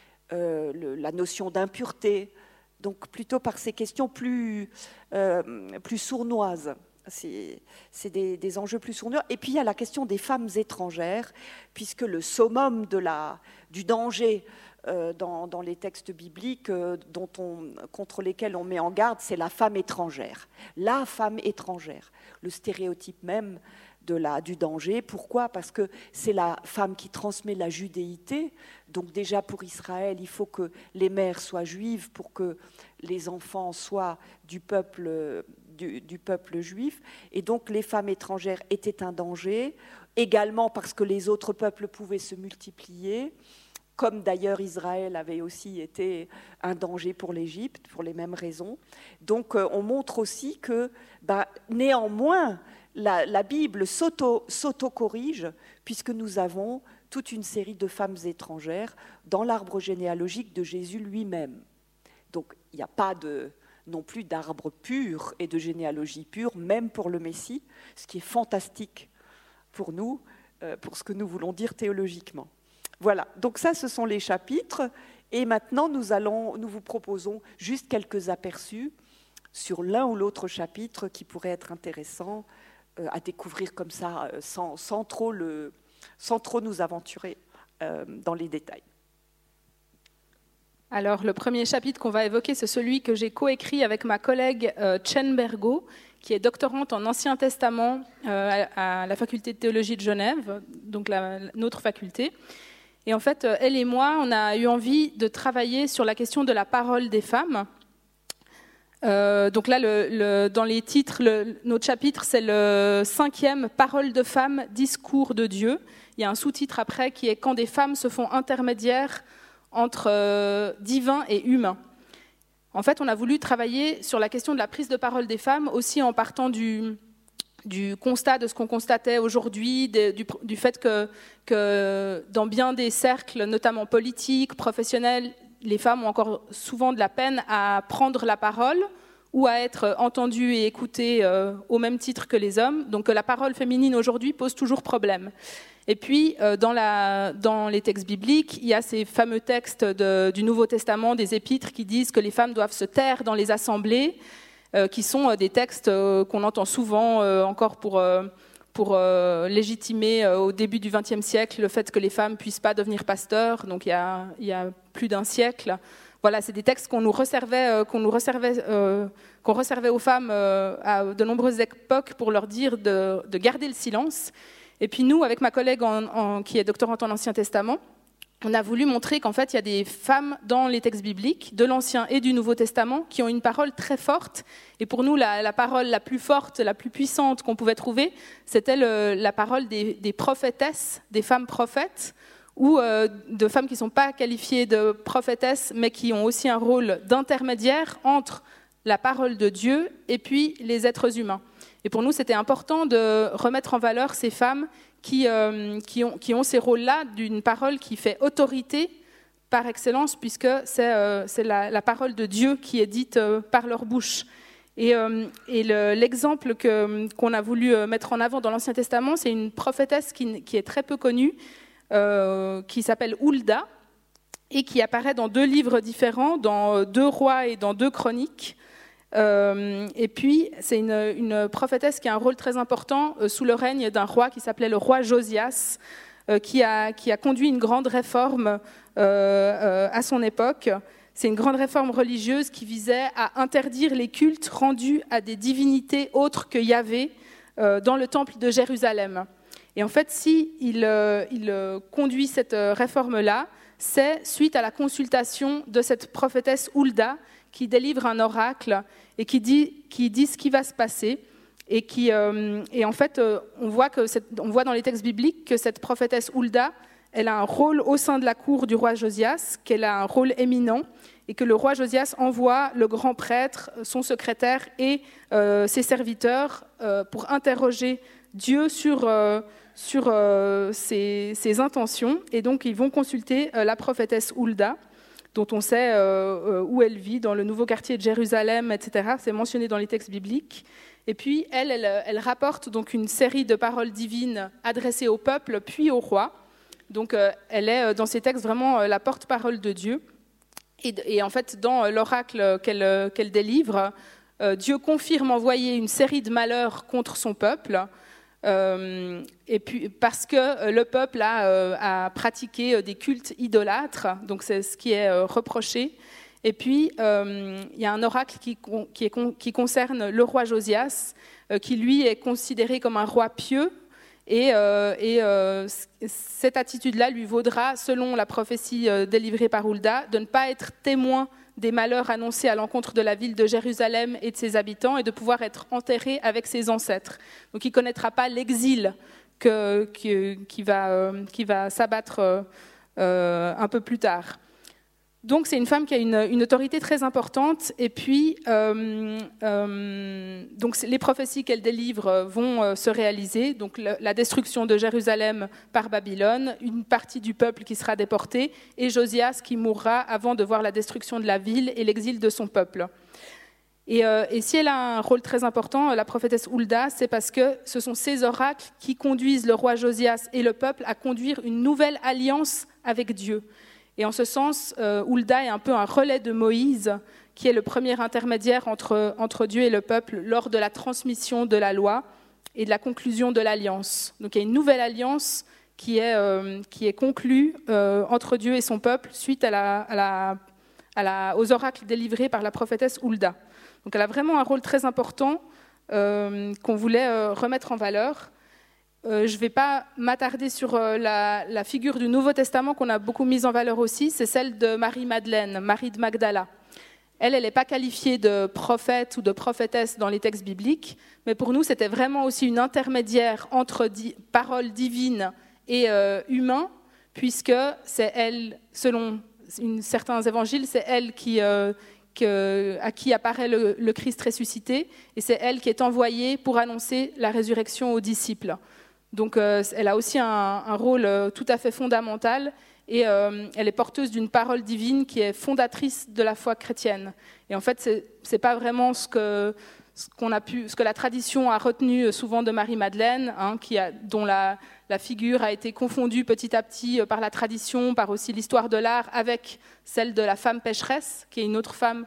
euh, le, la notion d'impureté, donc plutôt par ces questions plus, euh, plus sournoises. C'est, c'est des, des enjeux plus sournois. Et puis il y a la question des femmes étrangères, puisque le summum de la, du danger euh, dans, dans les textes bibliques euh, dont on, contre lesquels on met en garde, c'est la femme étrangère. La femme étrangère, le stéréotype même de la, du danger. Pourquoi ? Parce que c'est la femme qui transmet la judéité. Donc déjà pour Israël, il faut que les mères soient juives pour que les enfants soient du peuple Du, du peuple juif, et donc les femmes étrangères étaient un danger, également parce que les autres peuples pouvaient se multiplier. comme d'ailleurs Israël avait aussi été un danger pour l'Égypte, pour les mêmes raisons. Donc euh, on montre aussi que bah, néanmoins, la, la Bible s'auto, s'auto-corrige, puisque nous avons toute une série de femmes étrangères dans l'arbre généalogique de Jésus lui-même. Donc il n'y a pas de, non plus d'arbre pur et de généalogie pure, même pour le Messie, ce qui est fantastique pour nous, euh, pour ce que nous voulons dire théologiquement. Voilà, donc ça, ce sont les chapitres. Et maintenant, nous, allons, nous vous proposons juste quelques aperçus sur l'un ou l'autre chapitre qui pourrait être intéressant euh, à découvrir comme ça, euh, sans, sans, trop le, sans trop nous aventurer euh, dans les détails. Alors, le premier chapitre qu'on va évoquer, c'est celui que j'ai coécrit avec ma collègue euh, Chen Bergo, qui est doctorante en Ancien Testament euh, à, à la faculté de théologie de Genève, donc la, notre faculté. Et en fait, elle et moi, on a eu envie de travailler sur la question de la parole des femmes. Euh, donc là, le, le, dans les titres, le, notre chapitre, c'est le cinquième « Parole de femme, discours de Dieu ». Il y a un sous-titre après qui est « Quand des femmes se font intermédiaires entre euh, divin et humain ». En fait, on a voulu travailler sur la question de la prise de parole des femmes, aussi en partant du... du constat de ce qu'on constatait aujourd'hui, de, du, du fait que, que dans bien des cercles, notamment politiques, professionnels, les femmes ont encore souvent de la peine à prendre la parole ou à être entendues et écoutées euh, au même titre que les hommes. Donc la parole féminine aujourd'hui pose toujours problème. Et puis, euh, dans, la, dans les textes bibliques, il y a ces fameux textes de, du Nouveau Testament, des épîtres, qui disent que les femmes doivent se taire dans les assemblées, Euh, qui sont euh, des textes euh, qu'on entend souvent euh, encore pour, euh, pour euh, légitimer euh, au début du vingtième siècle le fait que les femmes ne puissent pas devenir pasteurs, donc il y a, il y a plus d'un siècle. Voilà, c'est des textes qu'on nous reservait, euh, qu'on nous reservait, euh, qu'on reservait aux femmes euh, à de nombreuses époques pour leur dire de, de garder le silence. Et puis nous, avec ma collègue en, en, qui est doctorante en Ancien Testament, on a voulu montrer qu'en fait, il y a des femmes dans les textes bibliques, de l'Ancien et du Nouveau Testament, qui ont une parole très forte. Et pour nous, la, la parole la plus forte, la plus puissante qu'on pouvait trouver, c'était le, la parole des, des prophétesses, des femmes prophètes, ou euh, de femmes qui ne sont pas qualifiées de prophétesses, mais qui ont aussi un rôle d'intermédiaire entre la parole de Dieu et puis les êtres humains. Et pour nous, c'était important de remettre en valeur ces femmes Qui, euh, qui, ont, qui ont ces rôles-là d'une parole qui fait autorité par excellence, puisque c'est, euh, c'est la, la parole de Dieu qui est dite euh, par leur bouche. Et, euh, et le, l'exemple que, qu'on a voulu mettre en avant dans l'Ancien Testament, c'est une prophétesse qui, qui est très peu connue, euh, qui s'appelle Hulda, et qui apparaît dans deux livres différents, dans deux rois et dans deux chroniques. Euh, et puis, c'est une, une prophétesse qui a un rôle très important euh, sous le règne d'un roi qui s'appelait le roi Josias, euh, qui, a, qui a conduit une grande réforme euh, euh, à son époque. C'est une grande réforme religieuse qui visait à interdire les cultes rendus à des divinités autres que Yahvé euh, dans le temple de Jérusalem. Et en fait, si il, euh, il euh, conduit cette euh, réforme-là, c'est suite à la consultation de cette prophétesse Hulda, qui délivre un oracle et qui dit, qui dit ce qui va se passer. Et, qui, euh, et en fait, euh, on, voit que cette, on voit dans les textes bibliques que cette prophétesse Hulda, elle a un rôle au sein de la cour du roi Josias, qu'elle a un rôle éminent, et que le roi Josias envoie le grand prêtre, son secrétaire et euh, ses serviteurs euh, pour interroger Dieu sur, euh, sur euh, ses, ses intentions. Et donc, ils vont consulter euh, la prophétesse Hulda, dont on sait euh, où elle vit, dans le nouveau quartier de Jérusalem, et cetera. C'est mentionné dans les textes bibliques. Et puis, elle, elle, elle rapporte donc une série de paroles divines adressées au peuple, puis au roi. Donc, euh, elle est, dans ces textes, vraiment euh, la porte-parole de Dieu. Et, et en fait, dans l'oracle qu'elle, qu'elle délivre, euh, Dieu confirme envoyer une série de malheurs contre son peuple, Euh, et puis parce que le peuple a, euh, a pratiqué des cultes idolâtres, donc c'est ce qui est euh, reproché. Et puis euh, il y a un oracle qui, qui, est, qui concerne le roi Josias, euh, qui lui est considéré comme un roi pieux, et, euh, et euh, cette attitude-là lui vaudra, selon la prophétie euh, délivrée par Hulda, de ne pas être témoin des malheurs annoncés à l'encontre de la ville de Jérusalem et de ses habitants, et de pouvoir être enterré avec ses ancêtres. Donc il ne connaîtra pas l'exil que, qui, qui, va, euh, qui va s'abattre euh, euh, un peu plus tard. Donc c'est une femme qui a une, une autorité très importante, et puis euh, euh, donc les prophéties qu'elle délivre vont euh, se réaliser, donc le, la destruction de Jérusalem par Babylone, une partie du peuple qui sera déporté, et Josias qui mourra avant de voir la destruction de la ville et l'exil de son peuple. Et, euh, et si elle a un rôle très important, la prophétesse Hulda, c'est parce que ce sont ces oracles qui conduisent le roi Josias et le peuple à conduire une nouvelle alliance avec Dieu. Et en ce sens, euh, Hulda est un peu un relais de Moïse, qui est le premier intermédiaire entre, entre Dieu et le peuple lors de la transmission de la loi et de la conclusion de l'alliance. Donc il y a une nouvelle alliance qui est, euh, qui est conclue euh, entre Dieu et son peuple suite à la, à la, à la, aux oracles délivrés par la prophétesse Hulda. Donc elle a vraiment un rôle très important euh, qu'on voulait euh, remettre en valeur. Euh, je ne vais pas m'attarder sur euh, la, la figure du Nouveau Testament qu'on a beaucoup mise en valeur aussi, c'est celle de Marie-Madeleine, Marie de Magdala. Elle, elle n'est pas qualifiée de prophète ou de prophétesse dans les textes bibliques, mais pour nous, c'était vraiment aussi une intermédiaire entre di- paroles divines et euh, humains, puisque c'est elle, selon une, certains évangiles, c'est elle qui... Euh, Que, à qui apparaît le, le Christ ressuscité, et c'est elle qui est envoyée pour annoncer la résurrection aux disciples. Donc euh, elle a aussi un, un rôle euh, tout à fait fondamental, et euh, elle est porteuse d'une parole divine qui est fondatrice de la foi chrétienne. Et en fait, c'est, c'est pas vraiment ce que, ce, qu'on a pu, ce que la tradition a retenu souvent de Marie-Madeleine, hein, qui a, dont la, la figure a été confondue petit à petit par la tradition, par aussi l'histoire de l'art, avec celle de la femme pécheresse, qui est une autre femme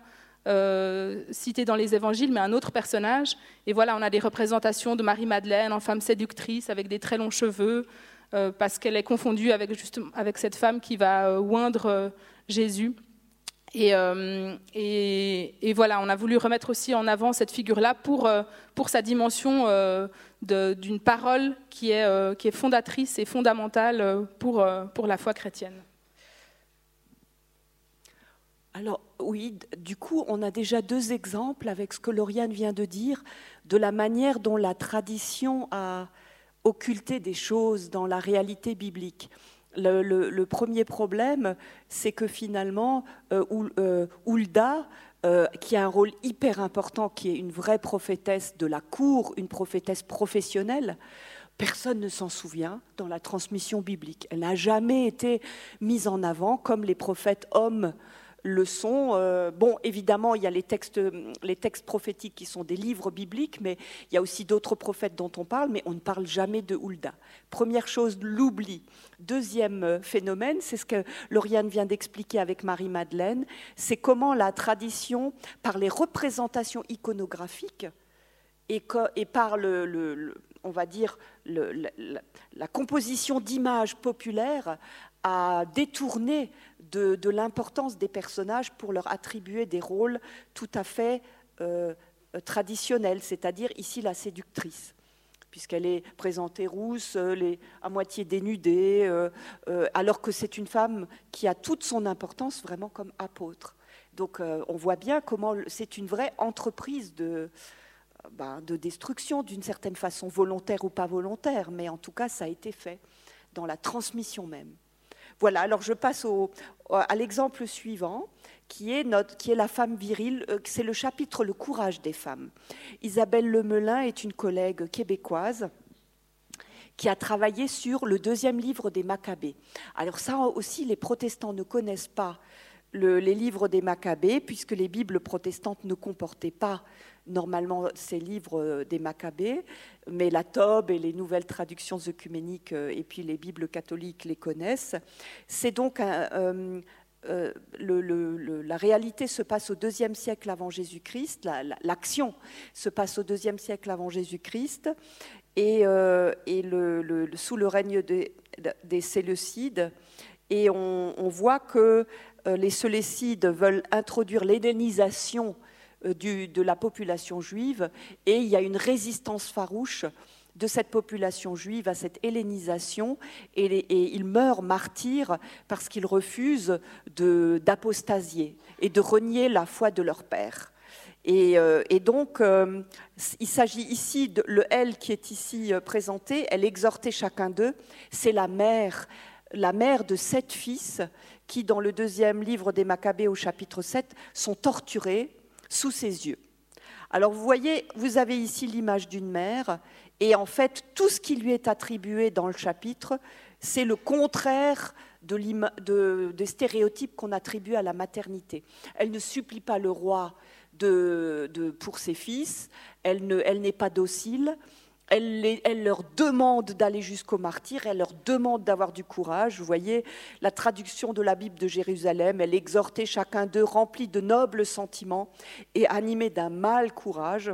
euh, citée dans les évangiles, mais un autre personnage. Et voilà, on a des représentations de Marie-Madeleine en femme séductrice, avec des très longs cheveux, euh, parce qu'elle est confondue avec, justement, avec cette femme qui va euh, oindre euh, Jésus. Et, euh, et, et voilà, on a voulu remettre aussi en avant cette figure-là pour, euh, pour sa dimension euh, de, d'une parole qui est, euh, qui est fondatrice et fondamentale pour, euh, pour la foi chrétienne. Alors oui, du coup, on a déjà deux exemples avec ce que Lauriane vient de dire, de la manière dont la tradition a occulté des choses dans la réalité biblique. Le, le, le premier problème, c'est que finalement, euh, euh, Hulda, euh, qui a un rôle hyper important, qui est une vraie prophétesse de la cour, une prophétesse professionnelle, personne ne s'en souvient dans la transmission biblique. Elle n'a jamais été mise en avant comme les prophètes hommes le sont. Euh, bon, évidemment, il y a les textes, les textes prophétiques qui sont des livres bibliques, mais il y a aussi d'autres prophètes dont on parle, mais on ne parle jamais de Hulda. Première chose, l'oubli. Deuxième phénomène, c'est ce que Lauriane vient d'expliquer avec Marie-Madeleine, c'est comment la tradition, par les représentations iconographiques et, que, et par le, le, le, on va dire le, la, la composition d'images populaires, a détourné de, de l'importance des personnages pour leur attribuer des rôles tout à fait euh, traditionnels, c'est-à-dire ici la séductrice, puisqu'elle est présentée rousse, les, à moitié dénudée, euh, euh, alors que c'est une femme qui a toute son importance vraiment comme apôtre. Donc euh, on voit bien comment c'est une vraie entreprise de, ben, de destruction, d'une certaine façon, volontaire ou pas volontaire, mais en tout cas ça a été fait dans la transmission même. Voilà, alors je passe au, à l'exemple suivant, qui est, notre, qui est la femme virile, c'est le chapitre « Le courage des femmes ». Isabelle Lemelin est une collègue québécoise qui a travaillé sur le deuxième livre des Maccabées. Alors ça aussi, les protestants ne connaissent pas le, les livres des Maccabées, puisque les Bibles protestantes ne comportaient pas normalement ces livres des Maccabées, mais la Tobe et les nouvelles traductions œcuméniques et puis les Bibles catholiques les connaissent. C'est donc un, euh, euh, le, le, le, la réalité se passe au deuxième siècle avant Jésus-Christ, la, la, l'action se passe au deuxième siècle avant Jésus-Christ, et, euh, et le, le, sous le règne des, des Séleucides, et on, on voit que euh, les Séleucides veulent introduire l'hellénisation Du, de la population juive, et il y a une résistance farouche de cette population juive à cette hellénisation, et, les, et ils meurent martyrs parce qu'ils refusent de, d'apostasier et de renier la foi de leur père. Et, euh, et donc, euh, il s'agit ici, de, le elle qui est ici euh, présenté, elle exhortait chacun d'eux, c'est la mère la mère de sept fils qui, dans le deuxième livre des Maccabées au chapitre sept, sont torturés sous ses yeux. Alors vous voyez, vous avez ici l'image d'une mère, et en fait, tout ce qui lui est attribué dans le chapitre, c'est le contraire de de, des stéréotypes qu'on attribue à la maternité. Elle ne supplie pas le roi de, de, pour ses fils, elle, ne, elle n'est pas docile, elle, les, elle leur demande d'aller jusqu'au martyre, elle leur demande d'avoir du courage. Vous voyez, la traduction de la Bible de Jérusalem, elle exhortait chacun d'eux, rempli de nobles sentiments et animé d'un mâle courage.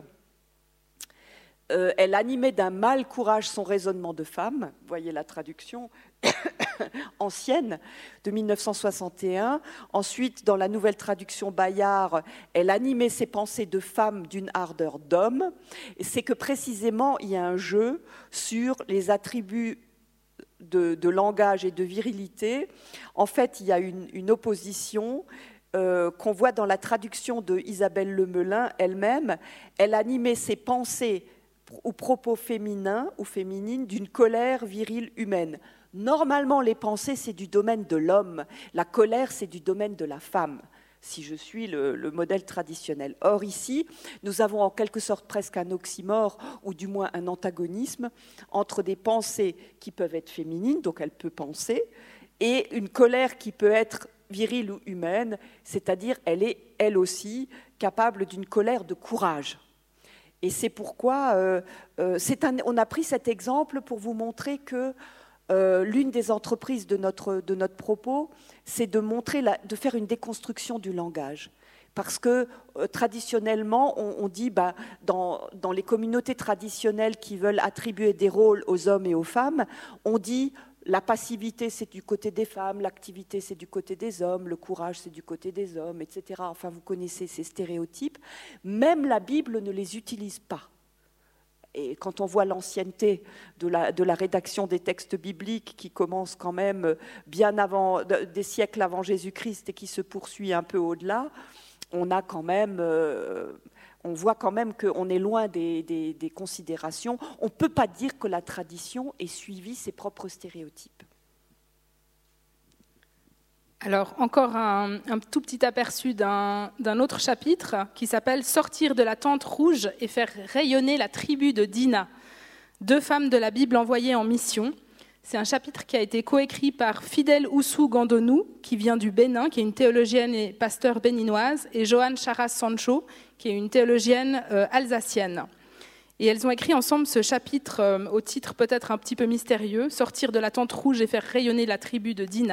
Euh, elle animait d'un mâle courage son raisonnement de femme, vous voyez la traduction ancienne de mille neuf cent soixante et un. Ensuite, dans la nouvelle traduction Bayard, elle animait ses pensées de femme d'une ardeur d'homme. C'est que précisément, il y a un jeu sur les attributs de, de langage et de virilité. En fait, il y a une, une opposition euh, qu'on voit dans la traduction de Isabelle Lemelin elle-même. Elle animait ses pensées ou propos féminins ou féminines d'une colère virile humaine. Normalement, les pensées, c'est du domaine de l'homme. La colère, c'est du domaine de la femme, si je suis le, le modèle traditionnel. Or, ici, nous avons en quelque sorte presque un oxymore, ou du moins un antagonisme, entre des pensées qui peuvent être féminines, donc elle peut penser, et une colère qui peut être virile ou humaine, c'est-à-dire elle est, elle aussi, capable d'une colère de courage. Et c'est pourquoi euh, euh, c'est un, on a pris cet exemple pour vous montrer que euh, l'une des entreprises de notre, de notre propos, c'est de, montrer la, de faire une déconstruction du langage. Parce que euh, traditionnellement, on, on dit, bah, dans, dans les communautés traditionnelles qui veulent attribuer des rôles aux hommes et aux femmes, on dit la passivité, c'est du côté des femmes, l'activité, c'est du côté des hommes, le courage, c'est du côté des hommes, et cetera. Enfin, vous connaissez ces stéréotypes. Même la Bible ne les utilise pas. Et quand on voit l'ancienneté de la, de la rédaction des textes bibliques qui commence quand même bien avant, des siècles avant Jésus-Christ et qui se poursuit un peu au-delà, on a quand même... Euh, on voit quand même qu'on est loin des, des, des considérations. On ne peut pas dire que la tradition ait suivi ses propres stéréotypes. Alors, encore un, un tout petit aperçu d'un, d'un autre chapitre qui s'appelle « Sortir de la tente rouge et faire rayonner la tribu de Dina ». Deux femmes de la Bible envoyées en mission. C'est un chapitre qui a été coécrit par Fidèle Oussou Gandonou, qui vient du Bénin, qui est une théologienne et pasteur béninoise, et Joanne Charas Sancho, qui est une théologienne euh, alsacienne. Et elles ont écrit ensemble ce chapitre euh, au titre peut-être un petit peu mystérieux, « Sortir de la tente rouge et faire rayonner la tribu de Dina ».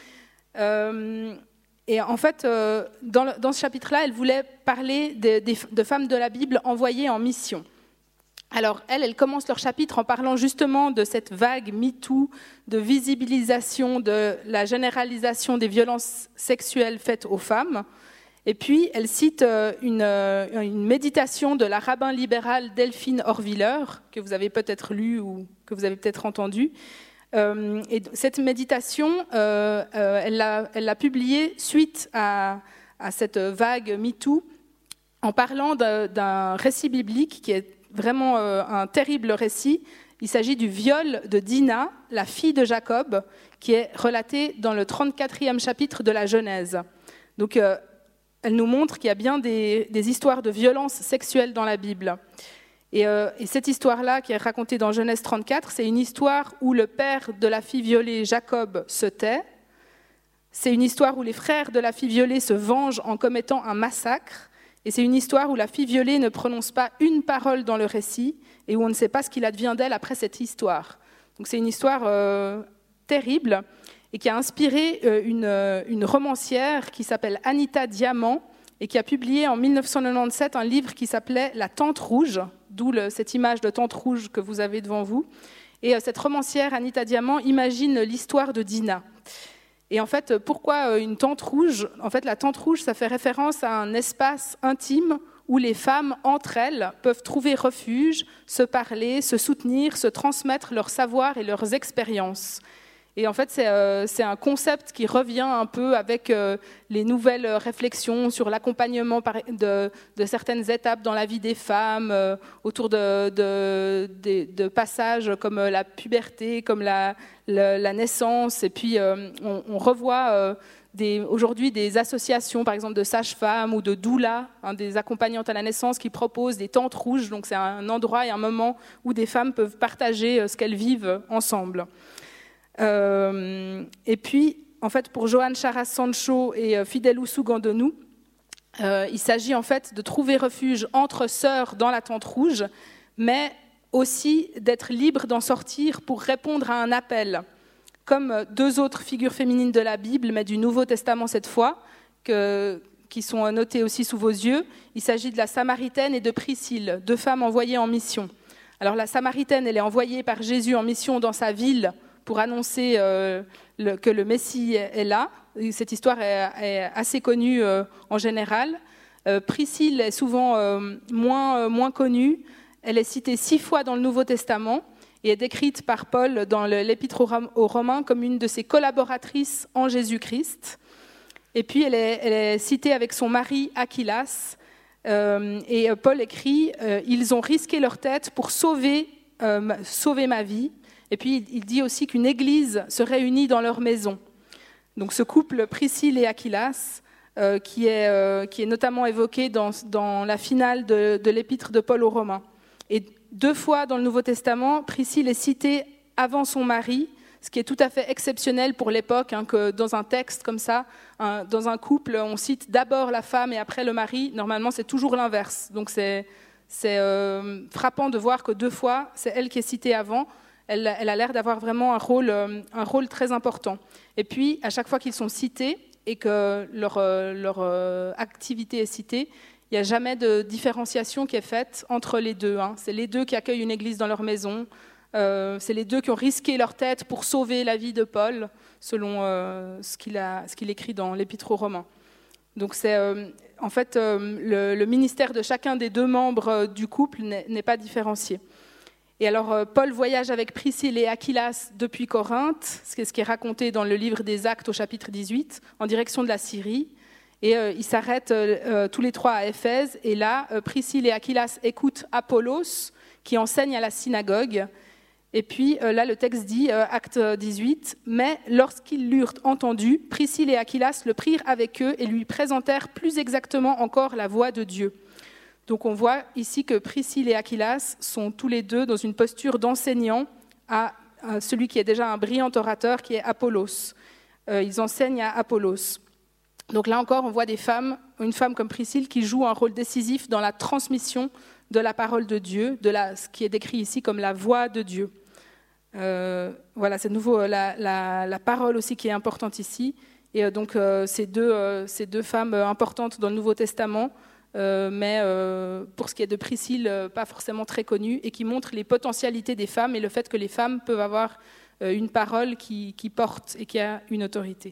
Euh, et en fait, euh, dans, le, dans ce chapitre-là, elles voulaient parler de, de, de femmes de la Bible envoyées en mission. Alors, elles, elles commencent leur chapitre en parlant justement de cette vague MeToo, de visibilisation, de la généralisation des violences sexuelles faites aux femmes. Et puis, elles citent une, une méditation de la rabbin libérale Delphine Horviller, que vous avez peut-être lue ou que vous avez peut-être entendue. Euh, et cette méditation, euh, euh, elle, l'a, elle l'a publiée suite à, à cette vague MeToo, en parlant de, d'un récit biblique qui est vraiment euh, un terrible récit. Il s'agit du viol de Dina, la fille de Jacob, qui est relaté dans le trente-quatrième chapitre de la Genèse. Donc, euh, elle nous montre qu'il y a bien des, des histoires de violences sexuelles dans la Bible. Et, euh, et cette histoire-là, qui est racontée dans Genèse trente-quatre, c'est une histoire où le père de la fille violée, Jacob, se tait. C'est une histoire où les frères de la fille violée se vengent en commettant un massacre. Et c'est une histoire où la fille violée ne prononce pas une parole dans le récit et où on ne sait pas ce qu'il advient d'elle après cette histoire. Donc c'est une histoire euh, terrible et qui a inspiré euh, une, euh, une romancière qui s'appelle Anita Diamant et qui a publié en dix-neuf cent quatre-vingt-dix-sept un livre qui s'appelait « La tente rouge », d'où le, cette image de tente rouge que vous avez devant vous. Et euh, cette romancière, Anita Diamant, imagine l'histoire de Dina. Et en fait, pourquoi une tente rouge ? En fait, la tente rouge, ça fait référence à un espace intime où les femmes, entre elles, peuvent trouver refuge, se parler, se soutenir, se transmettre leurs savoirs et leurs expériences. Et en fait, c'est, euh, c'est un concept qui revient un peu avec euh, les nouvelles réflexions sur l'accompagnement de, de certaines étapes dans la vie des femmes, euh, autour de, de, de, de passages comme la puberté, comme la, la, la naissance. Et puis, euh, on, on revoit euh, des, aujourd'hui des associations, par exemple de sages-femmes ou de doulas, hein, des accompagnantes à la naissance qui proposent des tentes rouges. Donc, c'est un endroit et un moment où des femmes peuvent partager euh, ce qu'elles vivent ensemble. Euh, et puis, en fait, pour Joan Charas Sancho et euh, Fidelou Sougandonou, euh, il s'agit en fait de trouver refuge entre sœurs dans la tente rouge, mais aussi d'être libre d'en sortir pour répondre à un appel, comme deux autres figures féminines de la Bible, mais du Nouveau Testament cette fois, que, qui sont notées aussi sous vos yeux. Il s'agit de la Samaritaine et de Priscille, deux femmes envoyées en mission. Alors la Samaritaine, elle est envoyée par Jésus en mission dans sa ville pour annoncer euh, le, que le Messie est là. Cette histoire est, est assez connue euh, en général. Euh, Priscille est souvent euh, moins, euh, moins connue. Elle est citée six fois dans le Nouveau Testament et est décrite par Paul dans le, l'Épître aux Romains comme une de ses collaboratrices en Jésus-Christ. Et puis elle est, elle est citée avec son mari Aquilas. Euh, et Paul écrit euh, « Ils ont risqué leur tête pour sauver, euh, sauver ma vie ». Et puis, il dit aussi qu'une église se réunit dans leur maison. Donc, ce couple, Priscille et Aquilas, euh, qui, est, euh, qui est notamment évoqué dans, dans la finale de, de l'épître de Paul aux Romains. Et deux fois dans le Nouveau Testament, Priscille est citée avant son mari, ce qui est tout à fait exceptionnel pour l'époque, hein, que dans un texte comme ça, un, dans un couple, on cite d'abord la femme et après le mari. Normalement, c'est toujours l'inverse. Donc, c'est, c'est euh, frappant de voir que deux fois, c'est elle qui est citée avant. Elle, elle a l'air d'avoir vraiment un rôle, un rôle très important. Et puis, à chaque fois qu'ils sont cités et que leur, leur activité est citée, il n'y a jamais de différenciation qui est faite entre les deux. Hein. C'est les deux qui accueillent une église dans leur maison. Euh, c'est les deux qui ont risqué leur tête pour sauver la vie de Paul, selon euh, ce, qu'il a, ce qu'il écrit dans l'Épître aux Romains. Donc, c'est, euh, en fait, euh, le, le ministère de chacun des deux membres du couple n'est, n'est pas différencié. Et alors, Paul voyage avec Priscille et Aquilas depuis Corinthe, ce qui est raconté dans le livre des Actes au chapitre dix-huit, en direction de la Syrie. Et euh, ils s'arrêtent euh, tous les trois à Éphèse. Et là, euh, Priscille et Aquilas écoutent Apollos, qui enseigne à la synagogue. Et puis euh, là, le texte dit, euh, Acte dix-huit, « Mais lorsqu'ils l'eurent entendu, Priscille et Aquilas le prirent avec eux et lui présentèrent plus exactement encore la voix de Dieu. » Donc on voit ici que Priscille et Aquilas sont tous les deux dans une posture d'enseignant à celui qui est déjà un brillant orateur, qui est Apollos. Euh, ils enseignent à Apollos. Donc là encore, on voit des femmes, une femme comme Priscille qui joue un rôle décisif dans la transmission de la parole de Dieu, de la, ce qui est décrit ici comme la voix de Dieu. Euh, voilà, c'est de nouveau la, la, la parole aussi qui est importante ici. Et euh, donc euh, ces, deux, euh, ces deux femmes importantes dans le Nouveau Testament, Euh, mais euh, pour ce qui est de Priscille, euh, pas forcément très connue, et qui montre les potentialités des femmes et le fait que les femmes peuvent avoir euh, une parole qui, qui porte et qui a une autorité.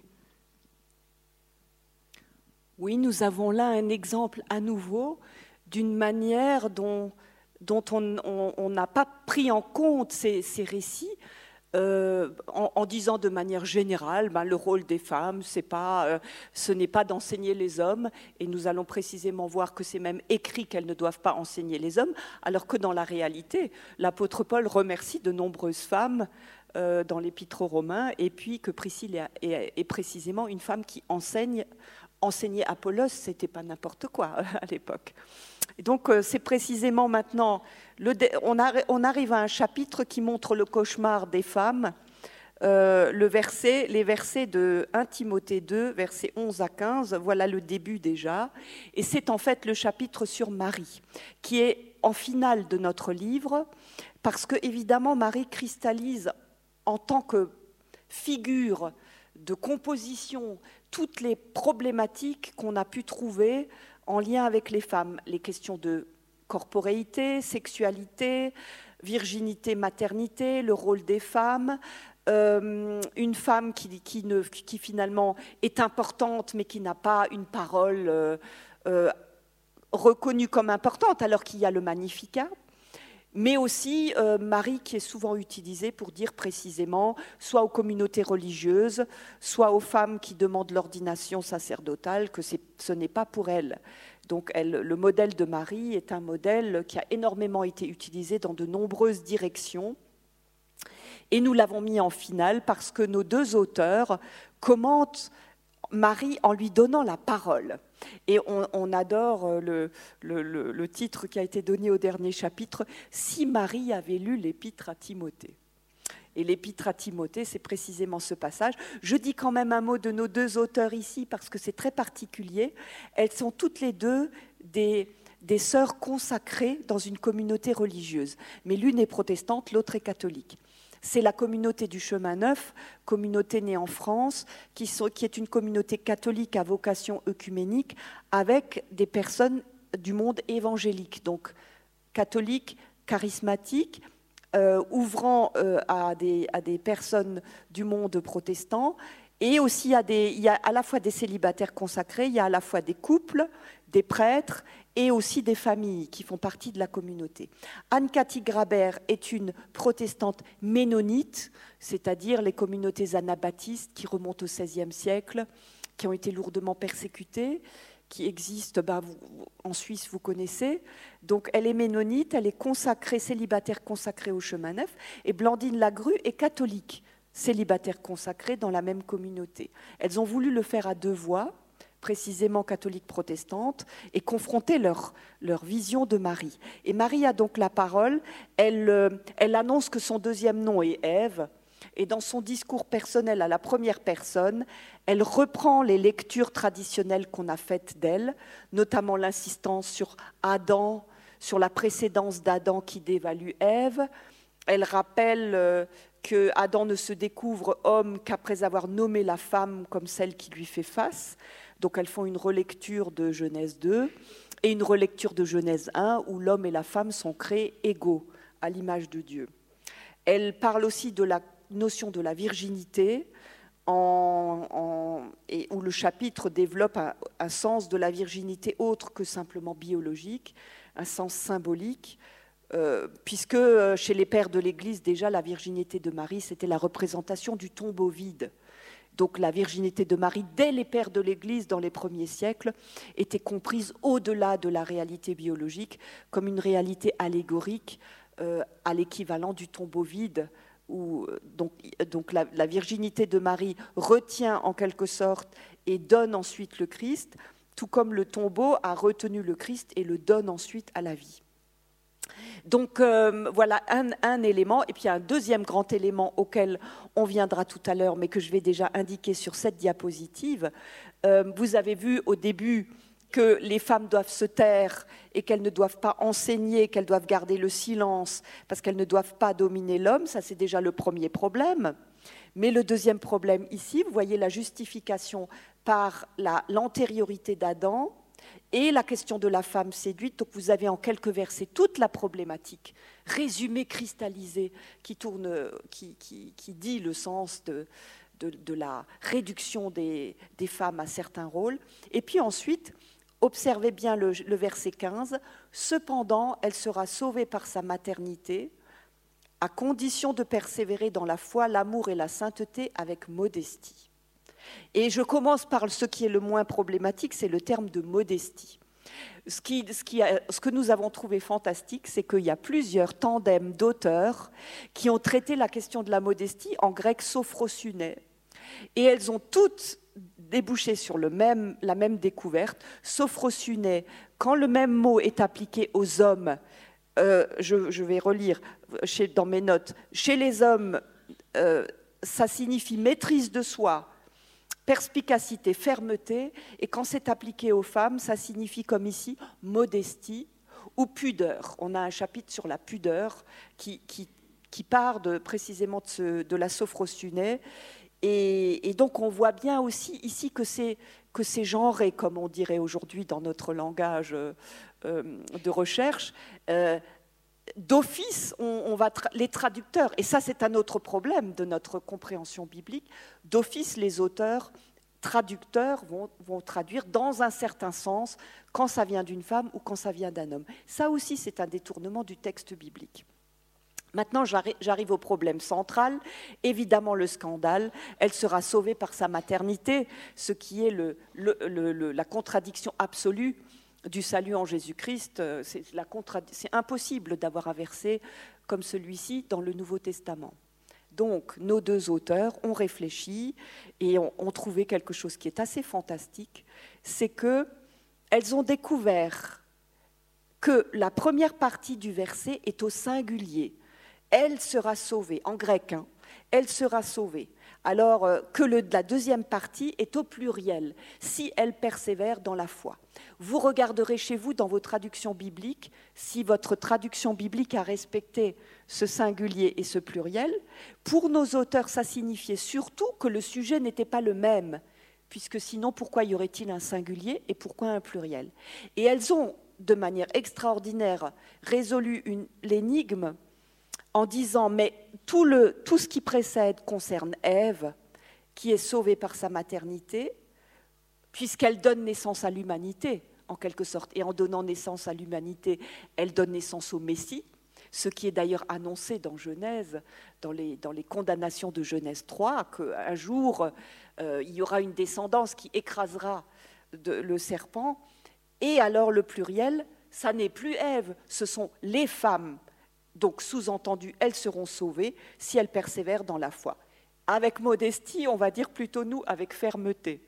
Oui, nous avons là un exemple à nouveau d'une manière dont, dont on n'a pas pris en compte ces, ces récits. Euh, en, en disant de manière générale, ben, le rôle des femmes, c'est pas, euh, ce n'est pas d'enseigner les hommes, et nous allons précisément voir que c'est même écrit qu'elles ne doivent pas enseigner les hommes, alors que dans la réalité, l'apôtre Paul remercie de nombreuses femmes euh, dans l'Épître aux Romains, et puis que Priscille est, est, est précisément une femme qui enseigne. Enseigner Apollos, c'était pas n'importe quoi à l'époque. Et donc c'est précisément maintenant, le, on, a, on arrive à un chapitre qui montre le cauchemar des femmes, euh, le verset, les versets de premier Timothée deux, versets onze à quinze, voilà le début déjà, et c'est en fait le chapitre sur Marie, qui est en finale de notre livre, parce que évidemment Marie cristallise en tant que figure de composition toutes les problématiques qu'on a pu trouver en lien avec les femmes, les questions de corporéité, sexualité, virginité, maternité, le rôle des femmes, euh, une femme qui, qui, ne, qui finalement est importante mais qui n'a pas une parole euh, euh, reconnue comme importante alors qu'il y a le Magnificat. mais aussi euh, Marie qui est souvent utilisée pour dire précisément soit aux communautés religieuses, soit aux femmes qui demandent l'ordination sacerdotale que c'est, ce n'est pas pour elles. Donc elle, le modèle de Marie est un modèle qui a énormément été utilisé dans de nombreuses directions. Et nous l'avons mis en finale parce que nos deux auteurs commentent Marie en lui donnant la parole. Et on, on adore le, le, le, le titre qui a été donné au dernier chapitre, « Si Marie avait lu l'épître à Timothée ». Et l'épître à Timothée, c'est précisément ce passage. Je dis quand même un mot de nos deux auteurs ici parce que c'est très particulier. Elles sont toutes les deux des, des sœurs consacrées dans une communauté religieuse. Mais l'une est protestante, l'autre est catholique. C'est la communauté du Chemin Neuf, communauté née en France, qui, sont, qui est une communauté catholique à vocation œcuménique avec des personnes du monde évangélique, donc catholiques, charismatiques, euh, ouvrant euh, à, des, à des personnes du monde protestant, et aussi à des, il y a à la fois des célibataires consacrés, il y a à la fois des couples, des prêtres, et aussi des familles qui font partie de la communauté. Anne-Cathy Graber est une protestante ménonite, c'est-à-dire les communautés anabaptistes qui remontent au seizième siècle, qui ont été lourdement persécutées, qui existent, bah, vous, en Suisse, vous connaissez. Donc elle est ménonite, elle est consacrée, célibataire consacrée au Chemin Neuf, et Blandine Lagrue est catholique, célibataire consacrée dans la même communauté. Elles ont voulu le faire à deux voix, précisément catholiques protestantes, et confronter leur, leur vision de Marie. Et Marie a donc la parole, elle, elle annonce que son deuxième nom est Ève, et dans son discours personnel à la première personne, elle reprend les lectures traditionnelles qu'on a faites d'elle, notamment l'insistance sur Adam, sur la précédence d'Adam qui dévalue Ève. Elle rappelle euh, que Adam ne se découvre homme qu'après avoir nommé la femme comme celle qui lui fait face. Donc elles font une relecture de Genèse deux et une relecture de Genèse un où l'homme et la femme sont créés égaux à l'image de Dieu. Elle parle aussi de la notion de la virginité en, en, et où le chapitre développe un, un sens de la virginité autre que simplement biologique, un sens symbolique, euh, puisque chez les pères de l'Église déjà la virginité de Marie c'était la représentation du tombeau vide. Donc la virginité de Marie, dès les pères de l'Église dans les premiers siècles, était comprise au-delà de la réalité biologique, comme une réalité allégorique euh, à l'équivalent du tombeau vide. Où, donc donc la, la virginité de Marie retient en quelque sorte et donne ensuite le Christ, tout comme le tombeau a retenu le Christ et le donne ensuite à la vie. Donc euh, voilà un, un élément, et puis un deuxième grand élément auquel on viendra tout à l'heure, mais que je vais déjà indiquer sur cette diapositive. Euh, vous avez vu au début que les femmes doivent se taire et qu'elles ne doivent pas enseigner, qu'elles doivent garder le silence parce qu'elles ne doivent pas dominer l'homme, ça c'est déjà le premier problème. Mais le deuxième problème ici, vous voyez la justification par la, l'antériorité d'Adam, et la question de la femme séduite. Donc vous avez en quelques versets toute la problématique résumée, cristallisée, qui, tourne, qui, qui, qui dit le sens de, de, de la réduction des, des femmes à certains rôles. Et puis ensuite, observez bien le, le verset quinze, « Cependant, elle sera sauvée par sa maternité, à condition de persévérer dans la foi, l'amour et la sainteté avec modestie. » Et je commence par ce qui est le moins problématique, c'est le terme de modestie. Ce, qui, ce, qui a, ce que nous avons trouvé fantastique, c'est qu'il y a plusieurs tandems d'auteurs qui ont traité la question de la modestie en grec sophrosuné. Et elles ont toutes débouché sur le même, la même découverte. Sophrosuné, quand le même mot est appliqué aux hommes, euh, je, je vais relire chez, dans mes notes, chez les hommes, euh, ça signifie maîtrise de soi, perspicacité, fermeté, et quand c'est appliqué aux femmes, ça signifie comme ici modestie ou pudeur. On a un chapitre sur la pudeur qui, qui, qui part de, précisément de, ce, de la sophrosuné, et, et donc on voit bien aussi ici que c'est, que c'est genré, comme on dirait aujourd'hui dans notre langage euh, de recherche. Euh, D'office, on, on va tra- les traducteurs, et ça c'est un autre problème de notre compréhension biblique, d'office les auteurs traducteurs vont, vont traduire dans un certain sens quand ça vient d'une femme ou quand ça vient d'un homme. Ça aussi, c'est un détournement du texte biblique. Maintenant, j'arrive au problème central. Évidemment, le scandale. Elle sera sauvée par sa maternité, ce qui est le, le, le, le, la contradiction absolue du salut en Jésus-Christ. C'est, la contrad... c'est impossible d'avoir un verset comme celui-ci dans le Nouveau Testament. Donc, nos deux auteurs ont réfléchi et ont, ont trouvé quelque chose qui est assez fantastique. C'est qu'elles ont découvert que la première partie du verset est au singulier. Elle sera sauvée, en grec, hein, elle sera sauvée, alors euh, que le, la deuxième partie est au pluriel, si elle persévère dans la foi. Vous regarderez chez vous dans vos traductions bibliques, si votre traduction biblique a respecté ce singulier et ce pluriel. Pour nos auteurs, ça signifiait surtout que le sujet n'était pas le même, puisque sinon, pourquoi y aurait-il un singulier et pourquoi un pluriel? Et elles ont, de manière extraordinaire, résolu une, l'énigme en disant, mais tout, le, tout ce qui précède concerne Ève, qui est sauvée par sa maternité, puisqu'elle donne naissance à l'humanité, en quelque sorte. Et en donnant naissance à l'humanité, elle donne naissance au Messie, ce qui est d'ailleurs annoncé dans Genèse, dans les, dans les condamnations de Genèse trois, qu'un jour, euh, il y aura une descendance qui écrasera de, le serpent. Et alors le pluriel, ça n'est plus Ève, ce sont les femmes. Donc, sous-entendu, elles seront sauvées si elles persévèrent dans la foi. Avec modestie, on va dire plutôt nous, avec fermeté.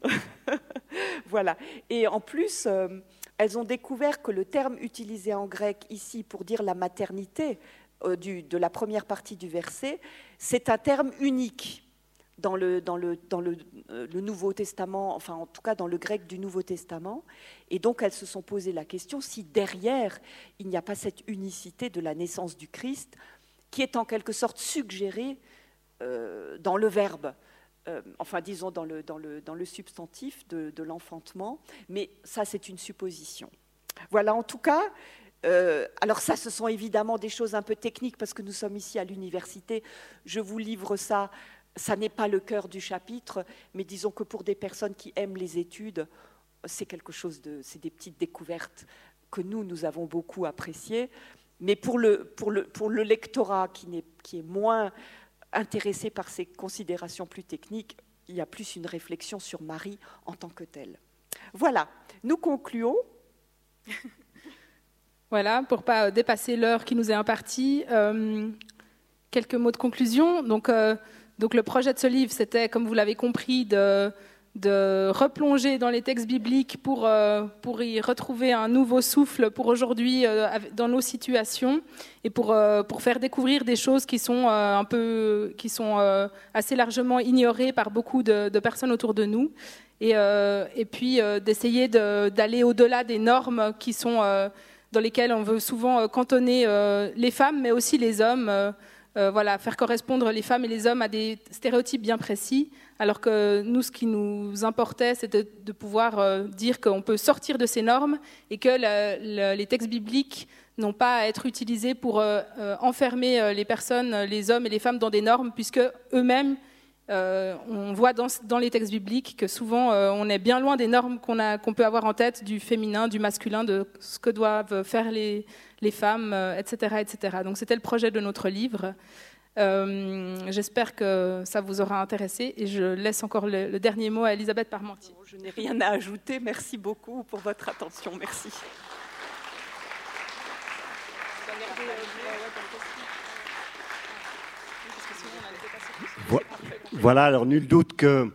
Voilà. Et en plus, euh, elles ont découvert que le terme utilisé en grec ici pour dire la maternité euh, du, de la première partie du verset, c'est un terme unique dans le, dans le, dans le, euh, le Nouveau Testament, enfin en tout cas dans le grec du Nouveau Testament. Et donc elles se sont posé la question si derrière il n'y a pas cette unicité de la naissance du Christ qui est en quelque sorte suggérée euh, dans le verbe, euh, enfin disons dans le, dans le, dans le substantif de, de l'enfantement, mais ça c'est une supposition. Voilà, en tout cas, euh, alors ça ce sont évidemment des choses un peu techniques parce que nous sommes ici à l'université, je vous livre ça. Ça n'est pas le cœur du chapitre, mais disons que pour des personnes qui aiment les études, c'est quelque chose de, c'est des petites découvertes que nous, nous avons beaucoup appréciées. Mais pour le, pour le, pour le lectorat qui, n'est, qui est moins intéressé par ces considérations plus techniques, il y a plus une réflexion sur Marie en tant que telle. Voilà, nous concluons. Voilà, pour ne pas dépasser l'heure qui nous est impartie, euh, quelques mots de conclusion. Donc, euh, Donc le projet de ce livre, c'était, comme vous l'avez compris, de, de replonger dans les textes bibliques pour, euh, pour y retrouver un nouveau souffle pour aujourd'hui euh, dans nos situations et pour, euh, pour faire découvrir des choses qui sont, euh, un peu, qui sont euh, assez largement ignorées par beaucoup de, de personnes autour de nous. Et, euh, et puis euh, d'essayer de, d'aller au-delà des normes qui sont, euh, dans lesquelles on veut souvent cantonner euh, les femmes, mais aussi les hommes. Euh, Euh, voilà, faire correspondre les femmes et les hommes à des stéréotypes bien précis, alors que nous, ce qui nous importait, c'était de pouvoir euh, dire qu'on peut sortir de ces normes et que le, le, les textes bibliques n'ont pas à être utilisés pour euh, euh, enfermer euh, les personnes, les hommes et les femmes dans des normes, puisque eux-mêmes, euh, on voit dans, dans les textes bibliques que souvent euh, on est bien loin des normes qu'on, a, qu'on peut avoir en tête du féminin, du masculin, de ce que doivent faire les les femmes, et cetera, et cetera. Donc c'était le projet de notre livre. Euh, j'espère que ça vous aura intéressé et je laisse encore le, le dernier mot à Elisabeth Parmentier. Je n'ai rien à ajouter. Merci beaucoup pour votre attention. Merci. Voilà, alors nul doute que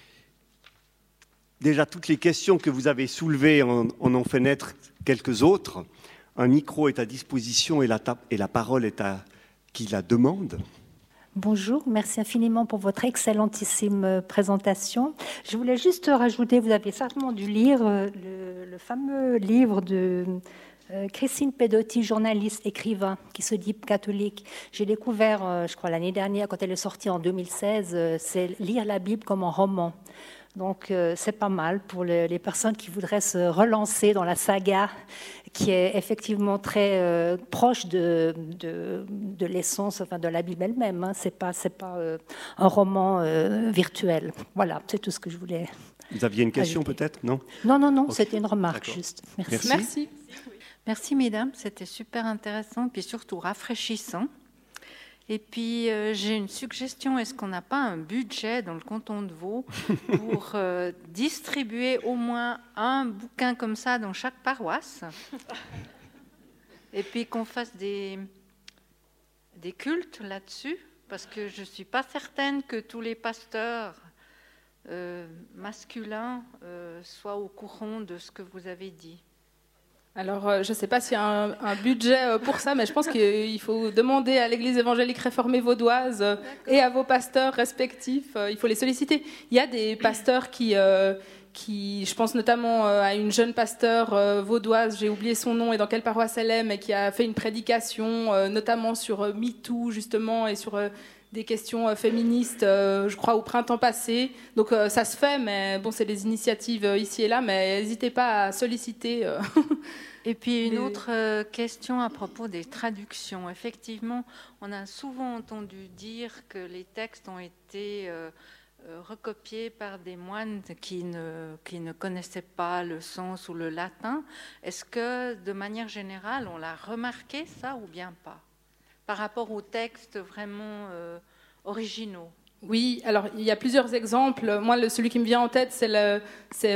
déjà toutes les questions que vous avez soulevées en, en ont fait naître quelques autres. Un micro est à disposition et la, ta- et la parole est à qui la demande. Bonjour, merci infiniment pour votre excellentissime présentation. Je voulais juste rajouter, vous avez certainement dû lire le, le fameux livre de Christine Pedotti, journaliste, écrivain, qui se dit catholique. J'ai découvert, je crois, l'année dernière, quand elle est sortie en deux mille seize, c'est lire la Bible comme un roman. Donc euh, c'est pas mal pour le, les personnes qui voudraient se relancer dans la saga, qui est effectivement très euh, proche de, de, de l'essence, enfin de la Bible elle-même. Hein. C'est pas, c'est pas euh, un roman euh, virtuel. Voilà, c'est tout ce que je voulais. Vous aviez une question ajouter. peut-être, non? Non, non, non, okay. C'était une remarque D'accord. juste. Merci. Merci. Merci. Merci mesdames, c'était super intéressant, puis surtout rafraîchissant. Et puis, euh, j'ai une suggestion. Est-ce qu'on n'a pas un budget dans le canton de Vaud pour euh, distribuer au moins un bouquin comme ça dans chaque paroisse? Et puis qu'on fasse des, des cultes là-dessus? Parce que je ne suis pas certaine que tous les pasteurs euh, masculins euh, soient au courant de ce que vous avez dit. Alors, euh, je ne sais pas s'il y a un, un budget pour ça, mais je pense qu'il faut demander à l'Église évangélique réformée vaudoise euh, et à vos pasteurs respectifs, euh, il faut les solliciter. Il y a des pasteurs qui, euh, qui je pense notamment euh, à une jeune pasteur euh, vaudoise, j'ai oublié son nom et dans quelle paroisse elle est, mais qui a fait une prédication, euh, notamment sur euh, MeToo, justement, et sur... Euh, des questions euh, féministes, euh, je crois, au printemps passé. Donc euh, ça se fait, mais bon, c'est des initiatives euh, ici et là, mais n'hésitez pas à solliciter. Euh, et puis une les... autre euh, question à propos des traductions. Effectivement, on a souvent entendu dire que les textes ont été euh, euh, recopiés par des moines qui ne, qui ne connaissaient pas le sens ou le latin. Est-ce que, de manière générale, on l'a remarqué, ça, ou bien pas, par rapport aux textes vraiment euh, originaux? Oui, alors il y a plusieurs exemples. Moi, le, celui qui me vient en tête, c'est le, c'est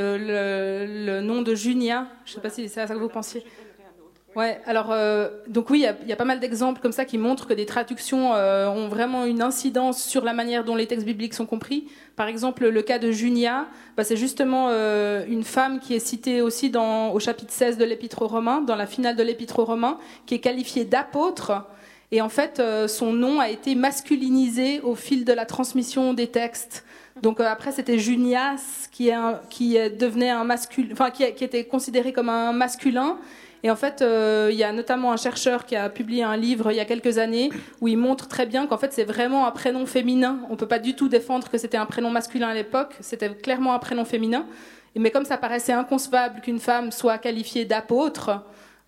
le, le nom de Junia. Je ne sais pas si c'est à ça que vous pensiez. Ouais, alors, euh, donc oui, il y, a, il y a pas mal d'exemples comme ça qui montrent que des traductions euh, ont vraiment une incidence sur la manière dont les textes bibliques sont compris. Par exemple, le cas de Junia, bah, c'est justement euh, une femme qui est citée aussi dans, au chapitre seize de l'Épître aux Romains, dans la finale de l'Épître aux Romains, qui est qualifiée d'apôtre. Et en fait, euh, son nom a été masculinisé au fil de la transmission des textes. Donc euh, après, c'était Junias qui, est un, qui est, devenait un masculin, enfin qui, qui était considéré comme un masculin. Et en fait, euh, il y a notamment un chercheur qui a publié un livre il y a quelques années où il montre très bien qu'en fait, c'est vraiment un prénom féminin. On ne peut pas du tout défendre que c'était un prénom masculin à l'époque. C'était clairement un prénom féminin. Mais comme ça paraissait inconcevable qu'une femme soit qualifiée d'apôtre,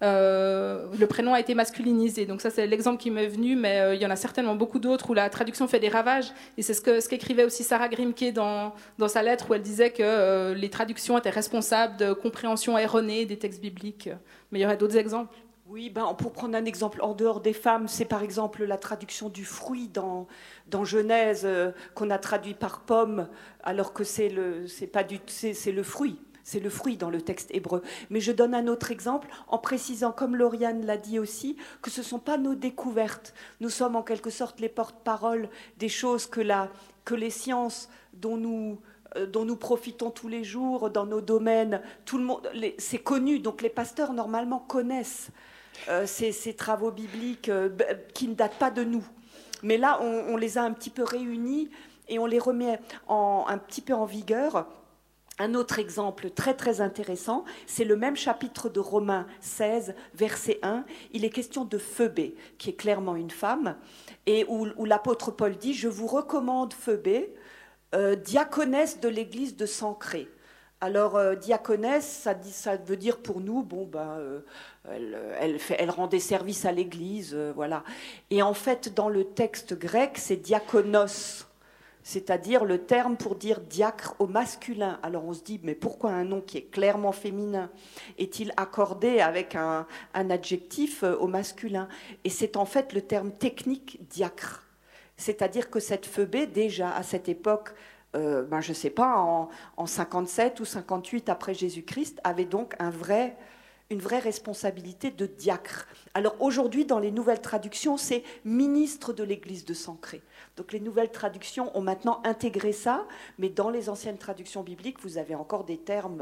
Euh, le prénom a été masculinisé. Donc ça, c'est l'exemple qui m'est venu, mais euh, il y en a certainement beaucoup d'autres où la traduction fait des ravages. Et c'est ce, que, ce qu'écrivait aussi Sarah Grimke dans, dans sa lettre, où elle disait que euh, les traductions étaient responsables de compréhension erronée des textes bibliques. Mais il y aurait d'autres exemples. Oui, ben, pour prendre un exemple en dehors des femmes, c'est par exemple la traduction du fruit dans, dans Genèse, euh, qu'on a traduit par pomme, alors que c'est le, c'est pas du, c'est, c'est le fruit. C'est le fruit dans le texte hébreu. Mais je donne un autre exemple en précisant, comme Lauriane l'a dit aussi, que ce ne sont pas nos découvertes. Nous sommes en quelque sorte les porte-parole des choses que, la, que les sciences dont nous, euh, dont nous profitons tous les jours dans nos domaines, tout le monde, les, c'est connu. Donc les pasteurs, normalement, connaissent euh, ces, ces travaux bibliques euh, qui ne datent pas de nous. Mais là, on, on les a un petit peu réunis et on les remet en, un petit peu en vigueur. Un autre exemple très très intéressant, c'est le même chapitre de Romains seize, verset un. Il est question de Phoebé, qui est clairement une femme, et où, où l'apôtre Paul dit « Je vous recommande Phoebé, euh, diaconesse de l'église de Sancré ». Alors, euh, diaconesse, ça, dit, ça veut dire pour nous, bon, ben, euh, elle, elle, fait, elle rend des services à l'église, euh, voilà. Et en fait, dans le texte grec, c'est diakonos, c'est-à-dire le terme pour dire diacre au masculin. Alors on se dit, mais pourquoi un nom qui est clairement féminin est-il accordé avec un, un adjectif au masculin? Et c'est en fait le terme technique diacre. C'est-à-dire que cette Phoebé, déjà à cette époque, euh, ben je ne sais pas, en, en cinquante-sept ou cinquante-huit après Jésus-Christ, avait donc un vrai... une vraie responsabilité de diacre. Alors aujourd'hui, dans les nouvelles traductions, c'est ministre de l'église de Sancré. Donc les nouvelles traductions ont maintenant intégré ça, mais dans les anciennes traductions bibliques, vous avez encore des termes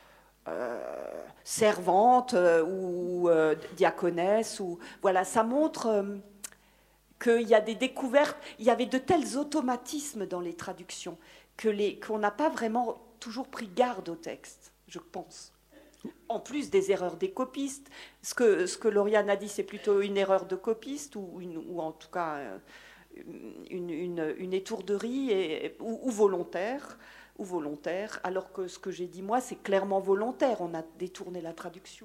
euh, servante euh, ou euh, diaconesse. Ou, voilà, ça montre euh, qu'il y a des découvertes, il y avait de tels automatismes dans les traductions que les, qu'on n'a pas vraiment toujours pris garde au texte, je pense. En plus des erreurs des copistes, ce que, ce que Lauriane a dit, c'est plutôt une erreur de copiste, ou, une, ou en tout cas une, une, une étourderie, et, ou, ou volontaire, ou volontaire, alors que ce que j'ai dit moi, c'est clairement volontaire. On a détourné la traduction.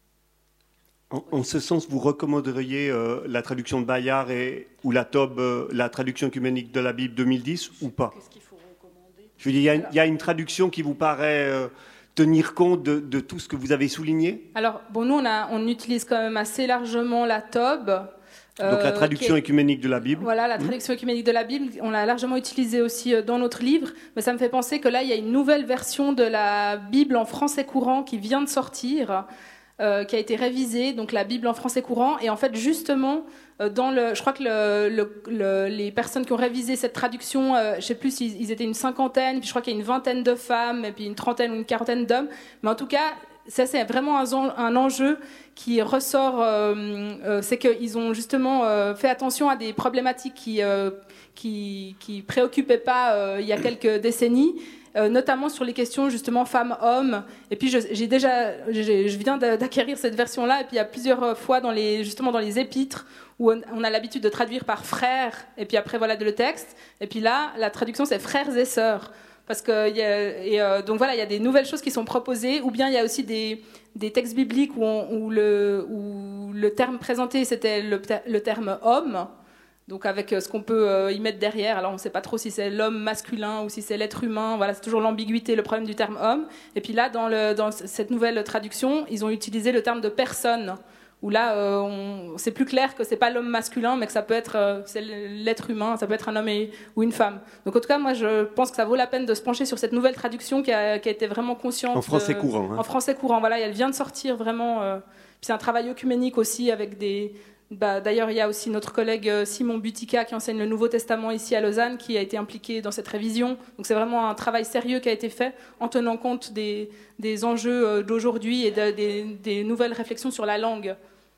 En, en ce sens, vous recommanderiez euh, la traduction de Bayard et, ou la T O B, euh, la traduction œcuménique de la Bible deux mille dix, ou pas? Qu'est-ce qu'il faut recommander? Je veux dire, il y, y a une traduction qui vous paraît euh, tenir compte de, de tout ce que vous avez souligné? Alors, bon, nous, on, a, on utilise quand même assez largement la T O B. Euh, Donc la traduction est, œcuménique de la Bible. Voilà, la traduction mmh. œcuménique de la Bible, on l'a largement utilisée aussi dans notre livre, mais ça me fait penser que là, il y a une nouvelle version de la Bible en français courant qui vient de sortir, euh, qui a été révisée, donc la Bible en français courant, et en fait, justement, euh, dans le, je crois que le, le, le, les personnes qui ont révisé cette traduction, euh, je ne sais plus, ils, ils étaient une cinquantaine, puis je crois qu'il y a une vingtaine de femmes, et puis une trentaine ou une quarantaine d'hommes, mais en tout cas, ça, c'est vraiment un, un enjeu qui ressort, euh, euh, c'est qu'ils ont justement euh, fait attention à des problématiques qui euh, qui, qui préoccupaient pas euh, il y a quelques décennies, euh, notamment sur les questions justement femmes-hommes. Et puis je, j'ai déjà, j'ai, je viens d'acquérir cette version-là, et puis il y a plusieurs fois dans les, justement dans les épîtres où on, on a l'habitude de traduire par frères, et puis après voilà le texte. Et puis là, la traduction c'est frères et sœurs. Parce que y a, et euh, donc voilà, il y a des nouvelles choses qui sont proposées, ou bien il y a aussi des, des textes bibliques où, on, où, le, où le terme présenté c'était le, le terme homme, donc avec ce qu'on peut y mettre derrière. Alors on ne sait pas trop si c'est l'homme masculin ou si c'est l'être humain. Voilà, c'est toujours l'ambiguïté, le problème du terme homme. Et puis là, dans, le, dans cette nouvelle traduction, ils ont utilisé le terme de personne. Où là, euh, on, c'est plus clair que c'est pas l'homme masculin, mais que ça peut être euh, c'est l'être humain, ça peut être un homme et, ou une femme. Donc en tout cas, moi, je pense que ça vaut la peine de se pencher sur cette nouvelle traduction qui a, qui a été vraiment consciente. En français de, courant. Hein. En français courant, voilà, elle vient de sortir vraiment. Euh, puis c'est un travail œcuménique aussi avec des. Bah, d'ailleurs, il y a aussi notre collègue Simon Butica qui enseigne le Nouveau Testament ici à Lausanne, qui a été impliqué dans cette révision. Donc c'est vraiment un travail sérieux qui a été fait en tenant compte des, des enjeux d'aujourd'hui et de, des, des nouvelles réflexions sur la langue.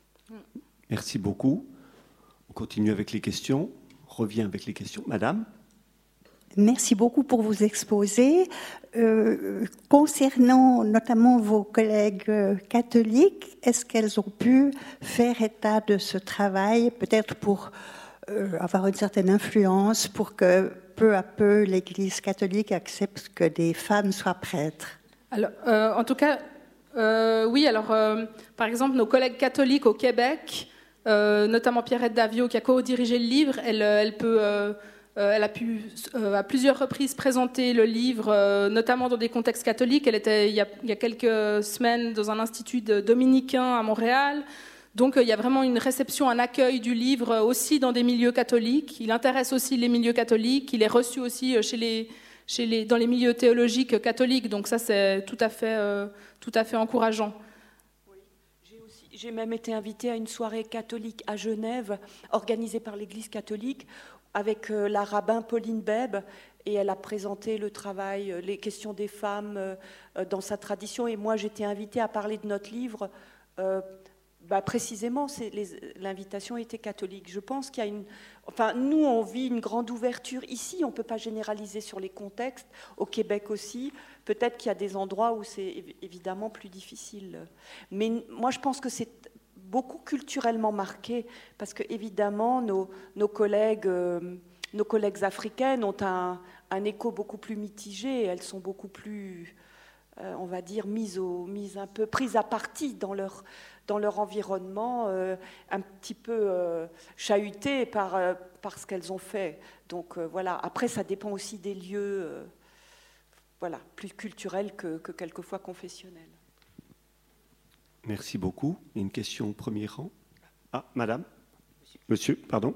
Merci beaucoup. On continue avec les questions. On revient avec les questions. Madame ? Merci beaucoup pour vos exposés. Euh, concernant notamment vos collègues catholiques, est-ce qu'elles ont pu faire état de ce travail, peut-être pour euh, avoir une certaine influence, pour que peu à peu l'Église catholique accepte que des femmes soient prêtres? Alors, euh, en tout cas, euh, oui. Alors, euh, par exemple, nos collègues catholiques au Québec, euh, notamment Pierrette Davio, qui a co-dirigé le livre, elle, elle peut... Euh, Elle a pu euh, à plusieurs reprises présenter le livre, euh, notamment dans des contextes catholiques. Elle était il y, a, il y a quelques semaines dans un institut de dominicain à Montréal. Donc euh, il y a vraiment une réception, un accueil du livre aussi dans des milieux catholiques. Il intéresse aussi les milieux catholiques. Il est reçu aussi chez les, chez les, dans les milieux théologiques catholiques. Donc ça, c'est tout à fait, euh, tout à fait encourageant. J'ai même été invitée à une soirée catholique à Genève, organisée par l'Église catholique, avec euh, la rabbin Pauline Beb, et elle a présenté le travail, euh, les questions des femmes euh, dans sa tradition. Et moi, j'étais invitée à parler de notre livre. Euh, bah, précisément, c'est les, l'invitation était catholique. Je pense qu'il y a une... Enfin, nous, on vit une grande ouverture ici. On ne peut pas généraliser sur les contextes. Au Québec aussi. Peut-être qu'il y a des endroits où c'est évidemment plus difficile. Mais moi, je pense que c'est beaucoup culturellement marqué, parce que évidemment nos, nos collègues euh, nos collègues africaines ont un, un écho beaucoup plus mitigé. Elles sont beaucoup plus euh, on va dire mises au mises un peu prises à partie dans leur dans leur environnement, euh, un petit peu euh, chahutées par euh, par ce qu'elles ont fait. Donc euh, voilà, après ça dépend aussi des lieux euh, voilà, plus culturels que, que quelquefois confessionnels. Merci beaucoup. Une question au premier rang. Ah, madame. Monsieur, pardon.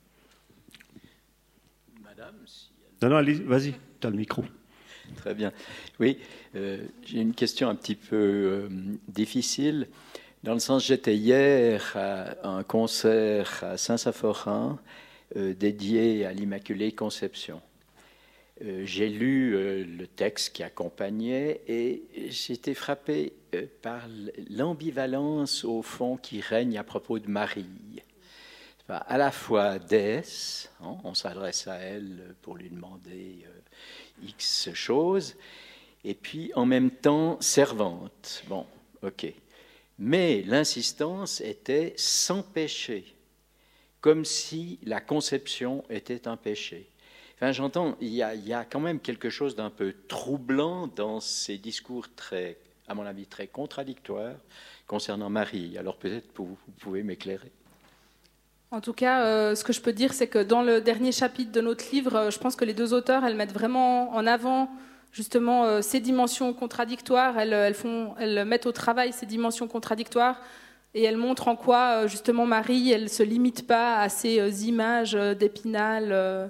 Madame, si elle... Non, non, allez, vas-y, tu as le micro. Très bien. Oui, euh, j'ai une question un petit peu euh, difficile. Dans le sens, j'étais hier à un concert à Saint-Saphorin euh, dédié à l'Immaculée Conception. Euh, j'ai lu euh, le texte qui accompagnait et j'ai été frappé euh, par l'ambivalence au fond qui règne à propos de Marie. À la fois déesse, hein, on s'adresse à elle pour lui demander euh, X choses, et puis en même temps servante. Bon, ok. Mais l'insistance était sans péché, comme si la conception était un péché. Enfin, j'entends, il y a, il y a quand même quelque chose d'un peu troublant dans ces discours très, à mon avis, très contradictoires concernant Marie. Alors peut-être vous, vous pouvez m'éclairer. En tout cas, euh, ce que je peux dire, c'est que dans le dernier chapitre de notre livre, euh, je pense que les deux auteurs, elles mettent vraiment en avant justement euh, ces dimensions contradictoires. Elles, elles, font, elles mettent au travail ces dimensions contradictoires et elles montrent en quoi, euh, justement, Marie, elle ne se limite pas à ces euh, images euh, d'Épinal. Euh,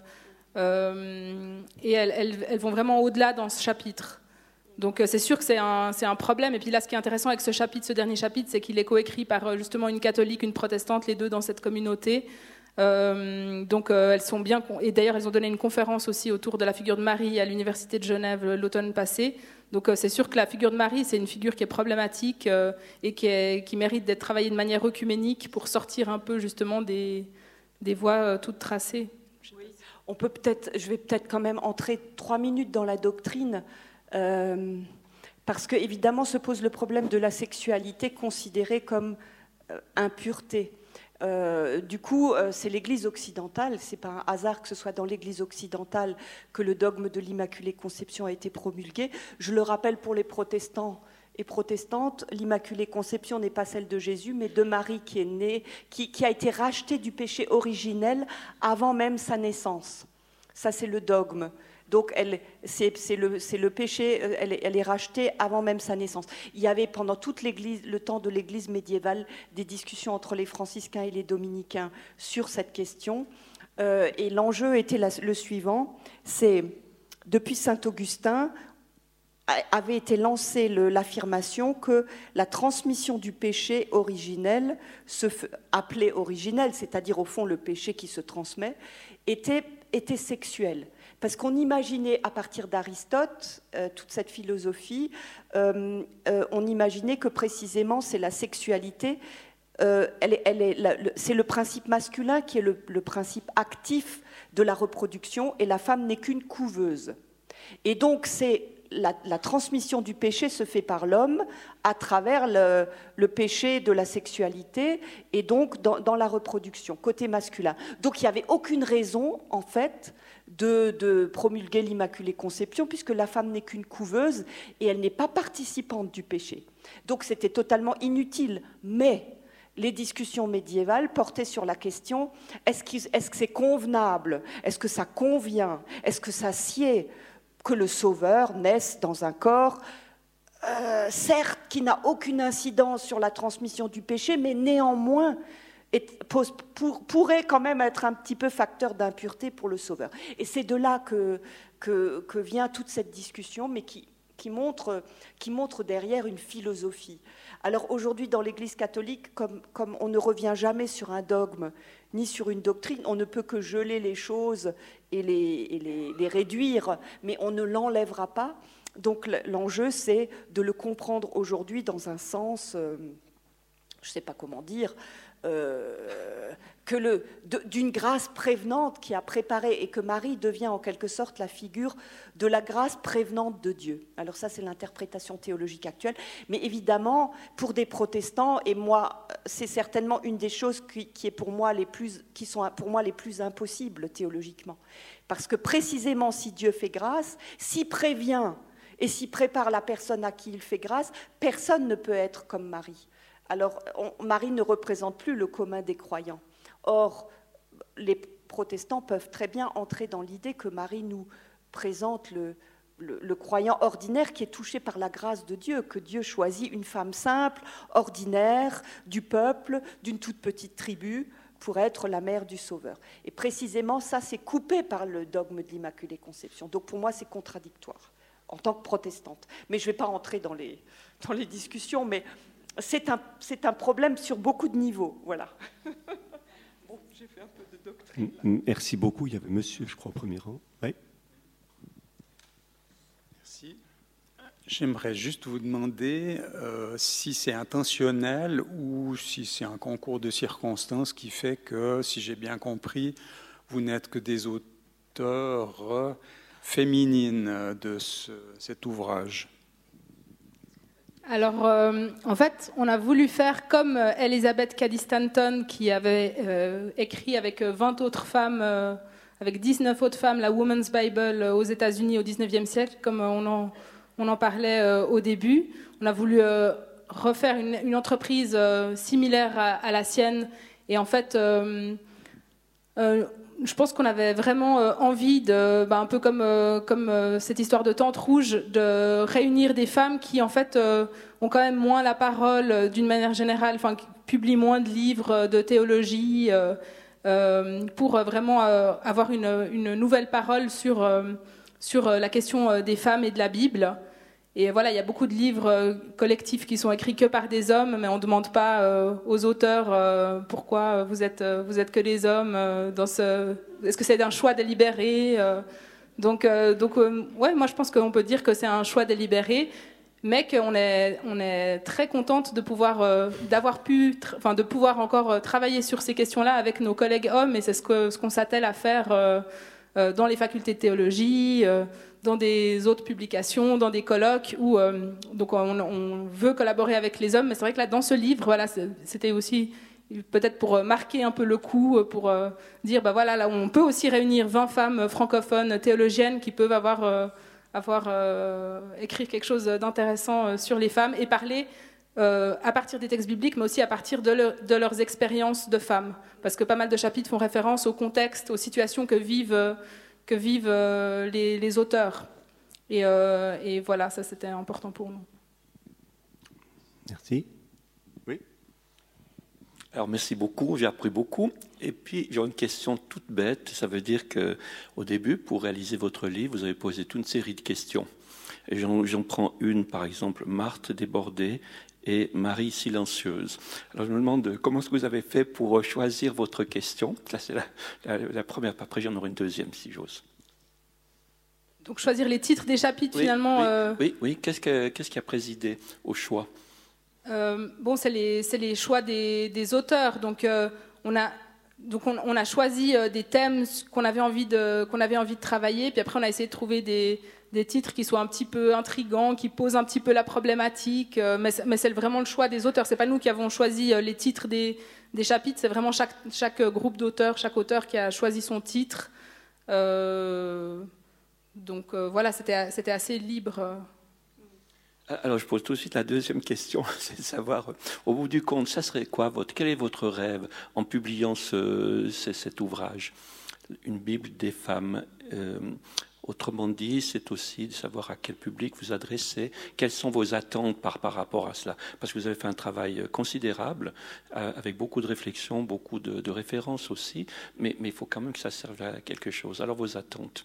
euh, et elles, elles, elles vont vraiment au-delà dans ce chapitre. Donc c'est sûr que c'est un, c'est un problème. Et puis là, ce qui est intéressant avec ce chapitre, ce dernier chapitre, c'est qu'il est coécrit par justement une catholique, une protestante, les deux dans cette communauté. Euh, donc euh, elles sont bien... Et d'ailleurs, elles ont donné une conférence aussi autour de la figure de Marie à l'Université de Genève l'automne passé. Donc euh, c'est sûr que la figure de Marie, c'est une figure qui est problématique euh, et qui, est, qui mérite d'être travaillée de manière œcuménique pour sortir un peu justement des, des voies euh, toutes tracées. Oui. On peut peut-être... Je vais peut-être quand même entrer trois minutes dans la doctrine. Euh, parce que évidemment se pose le problème de la sexualité considérée comme euh, impureté. Euh, du coup, euh, c'est l'Église occidentale, c'est pas un hasard que ce soit dans l'Église occidentale que le dogme de l'Immaculée Conception a été promulgué. Je le rappelle pour les protestants et protestantes, l'Immaculée Conception n'est pas celle de Jésus, mais de Marie qui est née, qui, qui a été rachetée du péché originel avant même sa naissance. Ça, c'est le dogme. Donc, elle, c'est, c'est, le, c'est le péché, elle, elle est rachetée avant même sa naissance. Il y avait pendant tout le temps de l'Église médiévale des discussions entre les franciscains et les dominicains sur cette question. Euh, et l'enjeu était la, le suivant, c'est, depuis saint Augustin, avait été lancée le, l'affirmation que la transmission du péché originel, se, appelé originel, c'est-à-dire au fond le péché qui se transmet, était, était sexuelle. Parce qu'on imaginait, à partir d'Aristote, euh, toute cette philosophie, euh, euh, on imaginait que précisément c'est la sexualité, euh, elle est, elle est, la, le, c'est le principe masculin qui est le, le principe actif de la reproduction, et la femme n'est qu'une couveuse. Et donc c'est la, la transmission du péché se fait par l'homme à travers le, le péché de la sexualité et donc dans, dans la reproduction, côté masculin. Donc il n'y avait aucune raison, en fait, de, de promulguer l'Immaculée Conception, puisque la femme n'est qu'une couveuse et elle n'est pas participante du péché. Donc c'était totalement inutile. Mais les discussions médiévales portaient sur la question, est-ce, est-ce que c'est convenable? Est-ce que ça convient? Est-ce que ça sied que le Sauveur naisse dans un corps, euh, certes, qui n'a aucune incidence sur la transmission du péché, mais néanmoins et pose, pour, pourrait quand même être un petit peu facteur d'impureté pour le Sauveur. Et c'est de là que, que, que vient toute cette discussion, mais qui, qui, montre, qui montre derrière une philosophie. Alors aujourd'hui, dans l'Église catholique, comme, comme on ne revient jamais sur un dogme, ni sur une doctrine, on ne peut que geler les choses et les, et les, les réduire, mais on ne l'enlèvera pas. Donc l'enjeu, c'est de le comprendre aujourd'hui dans un sens, euh, je ne sais pas comment dire, Euh, que le, de, d'une grâce prévenante qui a préparé, et que Marie devient en quelque sorte la figure de la grâce prévenante de Dieu. Alors ça, c'est l'interprétation théologique actuelle, mais évidemment, pour des protestants, et moi, c'est certainement une des choses qui, qui, est pour moi les plus, qui sont pour moi les plus impossibles théologiquement. Parce que précisément, si Dieu fait grâce, s'il prévient et s'il prépare la personne à qui il fait grâce, personne ne peut être comme Marie. Alors, on, Marie ne représente plus le commun des croyants. Or, les protestants peuvent très bien entrer dans l'idée que Marie nous présente le, le, le croyant ordinaire qui est touché par la grâce de Dieu, que Dieu choisit une femme simple, ordinaire, du peuple, d'une toute petite tribu, pour être la mère du Sauveur. Et précisément, ça, c'est coupé par le dogme de l'Immaculée Conception. Donc, pour moi, c'est contradictoire, en tant que protestante. Mais je ne vais pas entrer dans les, dans les discussions, mais... C'est un, c'est un problème sur beaucoup de niveaux, voilà. Bon, j'ai fait un peu de doctrine. Là. Merci beaucoup. Il y avait monsieur, je crois, au premier rang. Oui. Merci. J'aimerais juste vous demander euh, si c'est intentionnel ou si c'est un concours de circonstances qui fait que, si j'ai bien compris, vous n'êtes que des auteurs féminines de ce, cet ouvrage. Alors, euh, en fait, on a voulu faire comme Elizabeth Cady Stanton, qui avait euh, écrit avec vingt autres femmes euh, avec dix-neuf autres femmes, la Women's Bible aux États-Unis au dix-neuvième siècle, comme on en, on en parlait euh, au début. On a voulu euh, refaire une, une entreprise euh, similaire à, à la sienne. Et en fait, euh, euh, je pense qu'on avait vraiment euh, envie, de, bah, un peu comme, euh, comme euh, cette histoire de Tente Rouge, de réunir des femmes qui, en fait, euh, ont quand même moins la parole euh, d'une manière générale, enfin, qui publient moins de livres euh, de théologie, euh, euh, pour euh, vraiment euh, avoir une, une nouvelle parole sur, euh, sur la question euh, des femmes et de la Bible. Et voilà, il y a beaucoup de livres euh, collectifs qui sont écrits que par des hommes, mais on ne demande pas euh, aux auteurs euh, pourquoi vous êtes, euh, vous êtes que les hommes. Euh, dans ce... Est-ce que c'est un choix délibéré euh, Donc, euh, donc euh, ouais, moi je pense qu'on peut dire que c'est un choix délibéré, mais qu'on est, on est très contente de pouvoir, euh, d'avoir pu, enfin, de pouvoir encore euh, travailler sur ces questions-là avec nos collègues hommes, et c'est ce, que, ce qu'on s'attelle à faire euh, euh, dans les facultés de théologie. Euh, dans des autres publications, dans des colloques, où euh, donc on, on veut collaborer avec les hommes. Mais c'est vrai que là, dans ce livre, voilà, c'était aussi peut-être pour marquer un peu le coup, pour euh, dire, bah voilà, là, on peut aussi réunir vingt femmes francophones théologiennes qui peuvent avoir, euh, avoir euh, écrire quelque chose d'intéressant sur les femmes et parler euh, à partir des textes bibliques, mais aussi à partir de, leur, de leurs expériences de femmes. Parce que pas mal de chapitres font référence au contexte, aux situations que vivent que vivent euh, les, les auteurs. Et, euh, et voilà, ça c'était important pour nous. Merci. Oui. Alors merci beaucoup, j'ai appris beaucoup. Et puis j'ai une question toute bête. Ça veut dire qu'au début, pour réaliser votre livre, vous avez posé toute une série de questions. Et j'en, j'en prends une, par exemple, Marthe débordée et Marie silencieuse. Alors je me demande comment est-ce que vous avez fait pour choisir votre question. Ça c'est la, la, la première, après j'en aurai une deuxième si j'ose. Donc choisir les titres des chapitres oui, finalement. Oui, euh... oui, oui. Qu'est-ce, que, qu'est-ce qui a présidé au choix? euh, Bon, c'est les, c'est les choix des, des auteurs. Donc euh, on a donc on, on a choisi euh, des thèmes qu'on avait envie de qu'on avait envie de travailler. Puis après on a essayé de trouver des des titres qui soient un petit peu intrigants, qui posent un petit peu la problématique, euh, mais, mais c'est vraiment le choix des auteurs. C'est pas nous qui avons choisi euh, les titres des, des chapitres, c'est vraiment chaque, chaque groupe d'auteurs, chaque auteur qui a choisi son titre. Euh, donc euh, voilà, c'était, c'était assez libre. Alors je pose tout de suite la deuxième question, c'est de savoir, au bout du compte, ça serait quoi votre, quel est votre rêve en publiant ce, ce, cet ouvrage, une Bible des femmes euh, Autrement dit, c'est aussi de savoir à quel public vous adressez, quelles sont vos attentes par, par rapport à cela. Parce que vous avez fait un travail considérable, euh, avec beaucoup de réflexions, beaucoup de, de références aussi, mais, mais il faut quand même que ça serve à quelque chose. Alors vos attentes?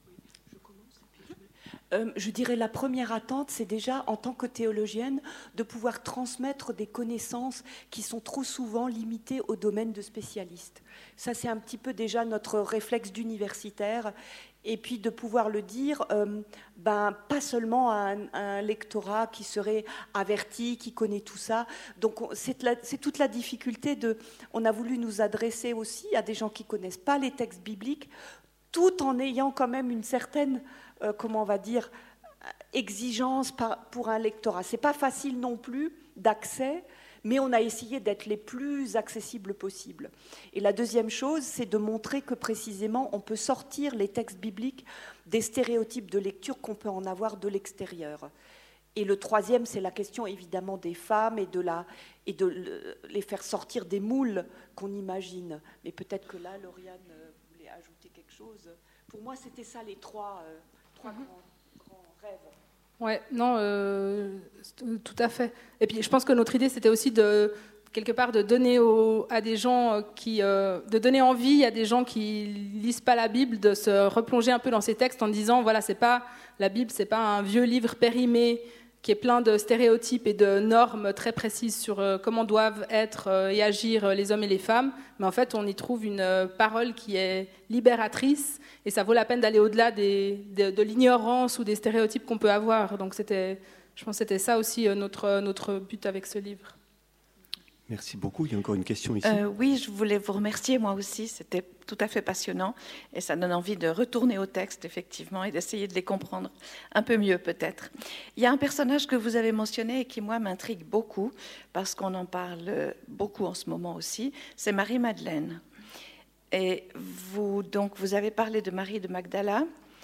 Euh, je dirais la première attente, c'est déjà, en tant que théologienne, de pouvoir transmettre des connaissances qui sont trop souvent limitées au domaine de spécialistes. Ça, c'est un petit peu déjà notre réflexe d'universitaire. Et puis de pouvoir le dire, euh, ben, pas seulement à un, à un lectorat qui serait averti, qui connaît tout ça. Donc c'est, la, c'est toute la difficulté de... On a voulu nous adresser aussi à des gens qui ne connaissent pas les textes bibliques, tout en ayant quand même une certaine... Euh, comment on va dire, exigence par, pour un lectorat. Ce n'est pas facile non plus d'accès, mais on a essayé d'être les plus accessibles possibles. Et la deuxième chose, c'est de montrer que précisément, on peut sortir les textes bibliques des stéréotypes de lecture qu'on peut en avoir de l'extérieur. Et le troisième, c'est la question évidemment des femmes et de, la, et de le, les faire sortir des moules qu'on imagine. Mais peut-être que là, Lauriane voulait ajouter quelque chose. Pour moi, c'était ça les trois... Euh, Trois grands, grands rêves. Ouais, non, euh, tout à fait. Et puis, je pense que notre idée, c'était aussi de quelque part de donner au, à des gens qui, euh, de donner envie à des gens qui lisent pas la Bible de se replonger un peu dans ces textes en disant, voilà, c'est pas la Bible, c'est pas un vieux livre périmé qui est plein de stéréotypes et de normes très précises sur euh, comment doivent être euh, et agir les hommes et les femmes, mais en fait, on y trouve une euh, parole qui est libératrice, et ça vaut la peine d'aller au-delà des, de, de l'ignorance ou des stéréotypes qu'on peut avoir. Donc, c'était, je pense que c'était ça aussi euh, notre, notre but avec ce livre. Merci beaucoup. Il y a encore une question ici. Euh, oui, je voulais vous remercier moi aussi. C'était tout à fait passionnant et ça donne envie de retourner au texte, effectivement, et d'essayer de les comprendre un peu mieux, peut-être. Il y a un personnage que vous avez mentionné et qui, moi, m'intrigue beaucoup parce qu'on en parle beaucoup en ce moment aussi. C'est Marie-Madeleine. Et vous, donc, vous avez parlé de Marie de Magdala,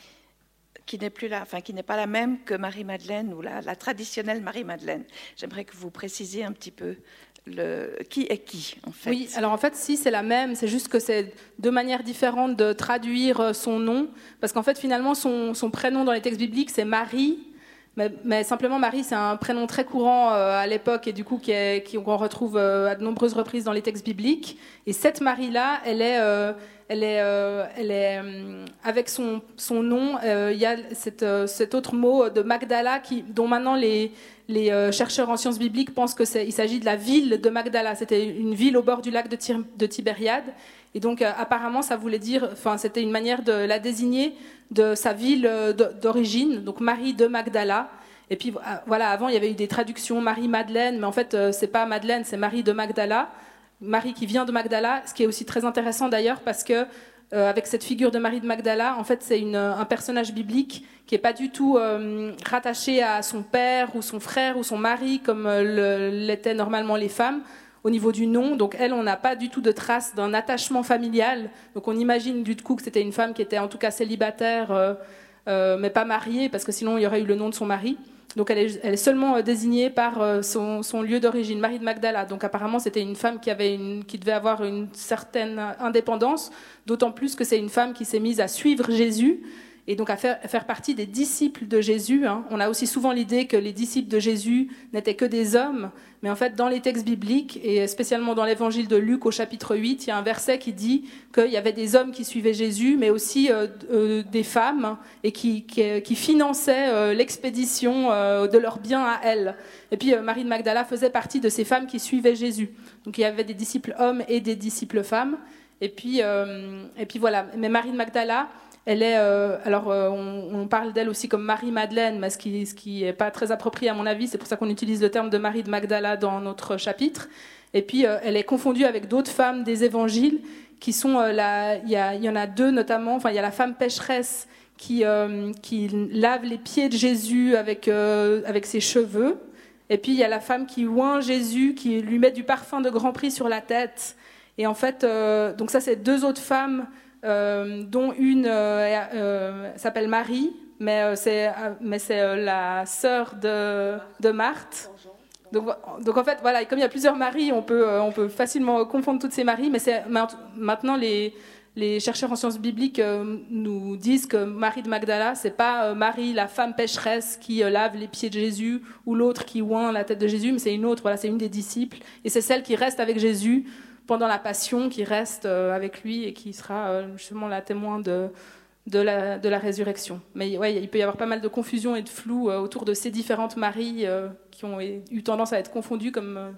qui n'est plus là, enfin, qui n'est pas la même que Marie-Madeleine ou la, la traditionnelle Marie-Madeleine. J'aimerais que vous précisiez un petit peu le, qui est qui, en fait. Oui, alors en fait, si, c'est la même, c'est juste que c'est deux manières différentes de traduire son nom, parce qu'en fait, finalement, son, son prénom dans les textes bibliques, c'est Marie, mais, mais simplement Marie, c'est un prénom très courant euh, à l'époque, et du coup, qui est, qui, qu'on retrouve euh, à de nombreuses reprises dans les textes bibliques. Et cette Marie-là, elle est... Euh, Elle est, euh, elle est euh, avec son, son nom, euh, il y a cette, euh, cet autre mot de Magdala, qui, dont maintenant les, les euh, chercheurs en sciences bibliques pensent qu'il s'agit de la ville de Magdala. C'était une ville au bord du lac de, Tir, de Tibériade. Et donc, euh, apparemment, ça voulait dire, enfin, c'était une manière de la désigner de sa ville d'origine, donc Marie de Magdala. Et puis, voilà, avant, il y avait eu des traductions Marie-Madeleine, mais en fait, euh, c'est pas Madeleine, c'est Marie de Magdala. Marie qui vient de Magdala, ce qui est aussi très intéressant d'ailleurs parce que euh, avec cette figure de Marie de Magdala, en fait c'est une, un personnage biblique qui n'est pas du tout euh, rattaché à son père ou son frère ou son mari comme euh, l'étaient normalement les femmes au niveau du nom. Donc elle, on n'a pas du tout de trace d'un attachement familial. Donc on imagine du coup que c'était une femme qui était en tout cas célibataire euh, euh, mais pas mariée parce que sinon il y aurait eu le nom de son mari. Donc elle est, elle est seulement désignée par son, son lieu d'origine, Marie de Magdala. Donc apparemment c'était une femme qui, avait une, qui devait avoir une certaine indépendance, d'autant plus que c'est une femme qui s'est mise à suivre Jésus et donc à faire, à faire partie des disciples de Jésus. Hein. On a aussi souvent l'idée que les disciples de Jésus n'étaient que des hommes, mais en fait dans les textes bibliques, et spécialement dans l'évangile de Luc au chapitre huit, il y a un verset qui dit qu'il y avait des hommes qui suivaient Jésus, mais aussi euh, euh, des femmes, et qui, qui, qui finançaient euh, l'expédition euh, de leurs biens à elles. Et puis euh, Marie de Magdala faisait partie de ces femmes qui suivaient Jésus. Donc il y avait des disciples hommes et des disciples femmes. Et puis, euh, et puis voilà. Mais Marie de Magdala, elle est, euh, alors euh, on, on parle d'elle aussi comme Marie-Madeleine, mais ce qui ce qui est pas très approprié à mon avis, c'est pour ça qu'on utilise le terme de Marie de Magdala dans notre chapitre. Et puis euh, elle est confondue avec d'autres femmes des évangiles qui sont, euh, la, il y, a, il y en a deux notamment, enfin il y a la femme pécheresse qui, euh, qui lave les pieds de Jésus avec, euh, avec ses cheveux. Et puis il y a la femme qui oint Jésus, qui lui met du parfum de grand prix sur la tête. Et en fait, euh, donc ça c'est deux autres femmes, Euh, dont une euh, euh, s'appelle Marie, mais euh, c'est, euh, mais c'est euh, la sœur de, de Marthe. Donc, donc en fait, voilà, comme il y a plusieurs Maries, on peut, euh, on peut facilement confondre toutes ces Maries, mais c'est, maintenant les, les chercheurs en sciences bibliques euh, nous disent que Marie de Magdala, c'est pas euh, Marie, la femme pécheresse qui euh, lave les pieds de Jésus, ou l'autre qui oint la tête de Jésus, mais c'est une autre, voilà, c'est une des disciples, et c'est celle qui reste avec Jésus pendant la Passion, qui reste avec lui et qui sera justement la témoin de, de, la, de la résurrection. Mais ouais, il peut y avoir pas mal de confusion et de flou autour de ces différentes Maries qui ont eu tendance à être confondues comme...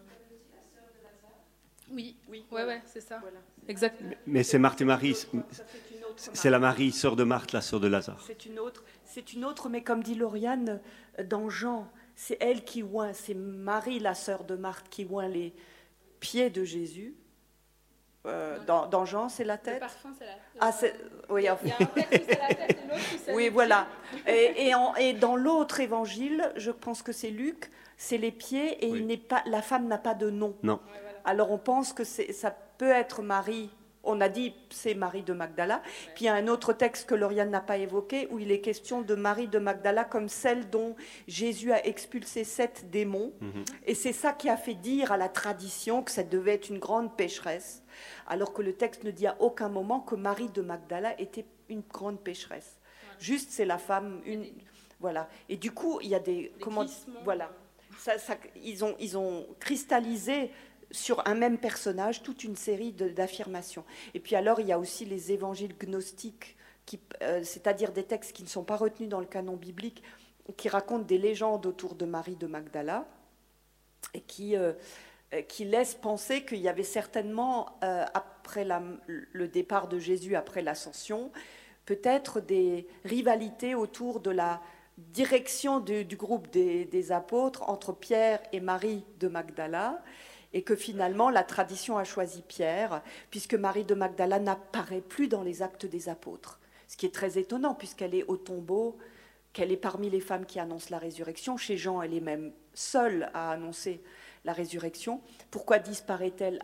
Oui, oui, ouais, ouais, c'est ça. Voilà. Exact. Mais, mais c'est Marthe et Marie, c'est la Marie, sœur de Marthe, la sœur de Lazare. C'est une autre, c'est une autre, mais comme dit Lauriane, dans Jean, c'est elle qui oint, c'est Marie, la sœur de Marthe, qui oint les pieds de Jésus. Euh, dans, dans Jean, c'est la tête. Le parfum, c'est la tête. Ah, c'est... Oui, enfin... Il y a un texte où c'est la tête et l'autre où c'est oui, les voilà. Et, et, en, et dans l'autre évangile, je pense que c'est Luc, c'est les pieds et oui. il n'est pas, la femme n'a pas de nom. Non. Ouais, voilà. Alors on pense que c'est, ça peut être Marie. On a dit c'est Marie de Magdala. Ouais. Puis il y a un autre texte que Lauriane n'a pas évoqué où il est question de Marie de Magdala comme celle dont Jésus a expulsé sept démons. Mm-hmm. Et c'est ça qui a fait dire à la tradition que ça devait être une grande pécheresse, alors que le texte ne dit à aucun moment que Marie de Magdala était une grande pécheresse. Ouais. Juste c'est la femme, une, voilà. Et du coup il y a des, des comment, voilà, ça, ça, ils ont ils ont cristallisé sur un même personnage toute une série de, d'affirmations. Et puis alors, il y a aussi les évangiles gnostiques, qui, euh, c'est-à-dire des textes qui ne sont pas retenus dans le canon biblique, qui racontent des légendes autour de Marie de Magdala, et qui, euh, qui laissent penser qu'il y avait certainement, euh, après la, le départ de Jésus, après l'ascension, peut-être des rivalités autour de la direction du, du groupe des, des apôtres entre Pierre et Marie de Magdala, et que finalement la tradition a choisi Pierre, puisque Marie de Magdala n'apparaît plus dans les actes des apôtres. Ce qui est très étonnant, puisqu'elle est au tombeau, qu'elle est parmi les femmes qui annoncent la résurrection. Chez Jean, elle est même seule à annoncer la résurrection. Pourquoi disparaît-elle après ?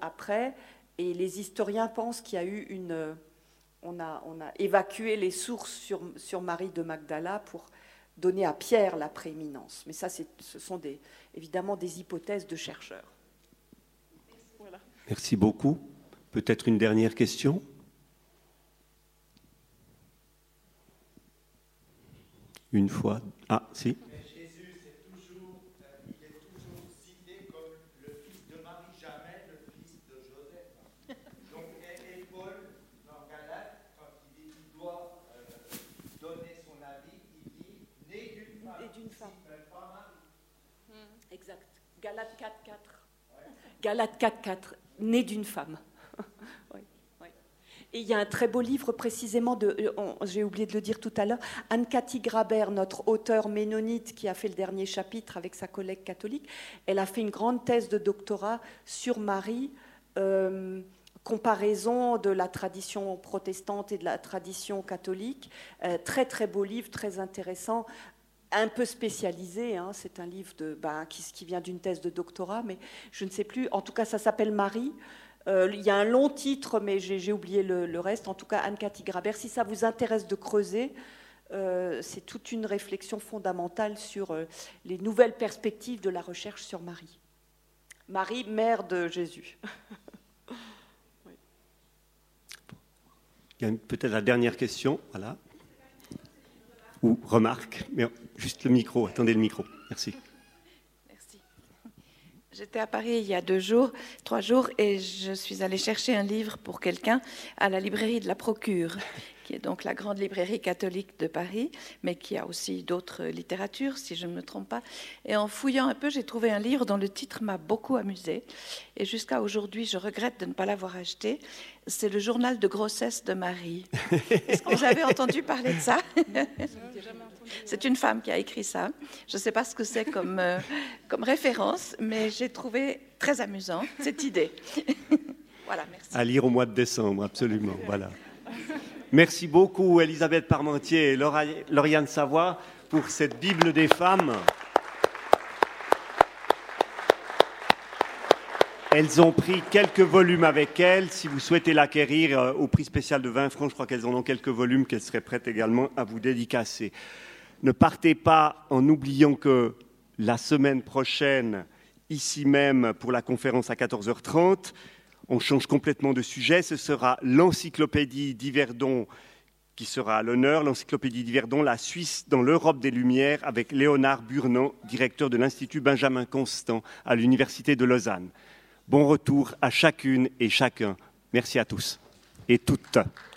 Et les historiens pensent qu'il y a eu une... On a, on a évacué les sources sur, sur Marie de Magdala pour donner à Pierre la prééminence. Mais ça, c'est, ce sont des, évidemment des hypothèses de chercheurs. Voilà. Merci beaucoup. Peut-être une dernière question ? Une fois. Ah, si. Mais Jésus, c'est toujours, euh, il est toujours cité comme le fils de Marie, jamais le fils de Joseph. Donc, et, et Paul, dans Galates, quand il dit qu'il doit euh, donner son avis, il dit né d'une femme. Né d'une femme. Pas Marie. Mmh. Exact. Galates quatre quatre. Ouais. Galates quatre quatre. Né d'une femme. Oui. Et il y a un très beau livre précisément, de, j'ai oublié de le dire tout à l'heure, Anne-Cathy Graber, notre auteure ménonite qui a fait le dernier chapitre avec sa collègue catholique, elle a fait une grande thèse de doctorat sur Marie, euh, comparaison de la tradition protestante et de la tradition catholique. Euh, très très beau livre, très intéressant, un peu spécialisé, hein, c'est un livre de, ben, qui, qui vient d'une thèse de doctorat, mais je ne sais plus, en tout cas ça s'appelle Marie. Euh, il y a un long titre, mais j'ai, j'ai oublié le, le reste. En tout cas, Anne-Cathy Graber, si ça vous intéresse de creuser, euh, c'est toute une réflexion fondamentale sur euh, les nouvelles perspectives de la recherche sur Marie. Marie, mère de Jésus. Oui. Il y a peut-être la dernière question, voilà. Ou remarque, mais juste le micro, attendez le micro. Merci. J'étais à Paris il y a deux jours, trois jours, et je suis allée chercher un livre pour quelqu'un à la librairie de la Procure, qui est donc la grande librairie catholique de Paris, mais qui a aussi d'autres littératures, si je ne me trompe pas. Et en fouillant un peu, j'ai trouvé un livre dont le titre m'a beaucoup amusée. Et jusqu'à aujourd'hui, je regrette de ne pas l'avoir acheté. C'est le journal de grossesse de Marie. Est-ce que vous avez entendu parler de ça ? C'est une femme qui a écrit ça. Je ne sais pas ce que c'est comme, euh, comme référence, mais j'ai trouvé très amusant cette idée. Voilà, merci. À lire au mois de décembre, absolument. Voilà. Merci beaucoup, Elisabeth Parmentier et Lauriane Savoie, pour cette Bible des femmes. Elles ont pris quelques volumes avec elles. Si vous souhaitez l'acquérir euh, au prix spécial de vingt francs, je crois qu'elles en ont quelques volumes qu'elles seraient prêtes également à vous dédicacer. Ne partez pas en oubliant que la semaine prochaine, ici même, pour la conférence à quatorze heures trente, on change complètement de sujet. Ce sera l'encyclopédie d'Yverdon qui sera à l'honneur, l'encyclopédie d'Yverdon, la Suisse dans l'Europe des Lumières, avec Léonard Burnand, directeur de l'Institut Benjamin Constant à l'Université de Lausanne. Bon retour à chacune et chacun. Merci à tous et toutes.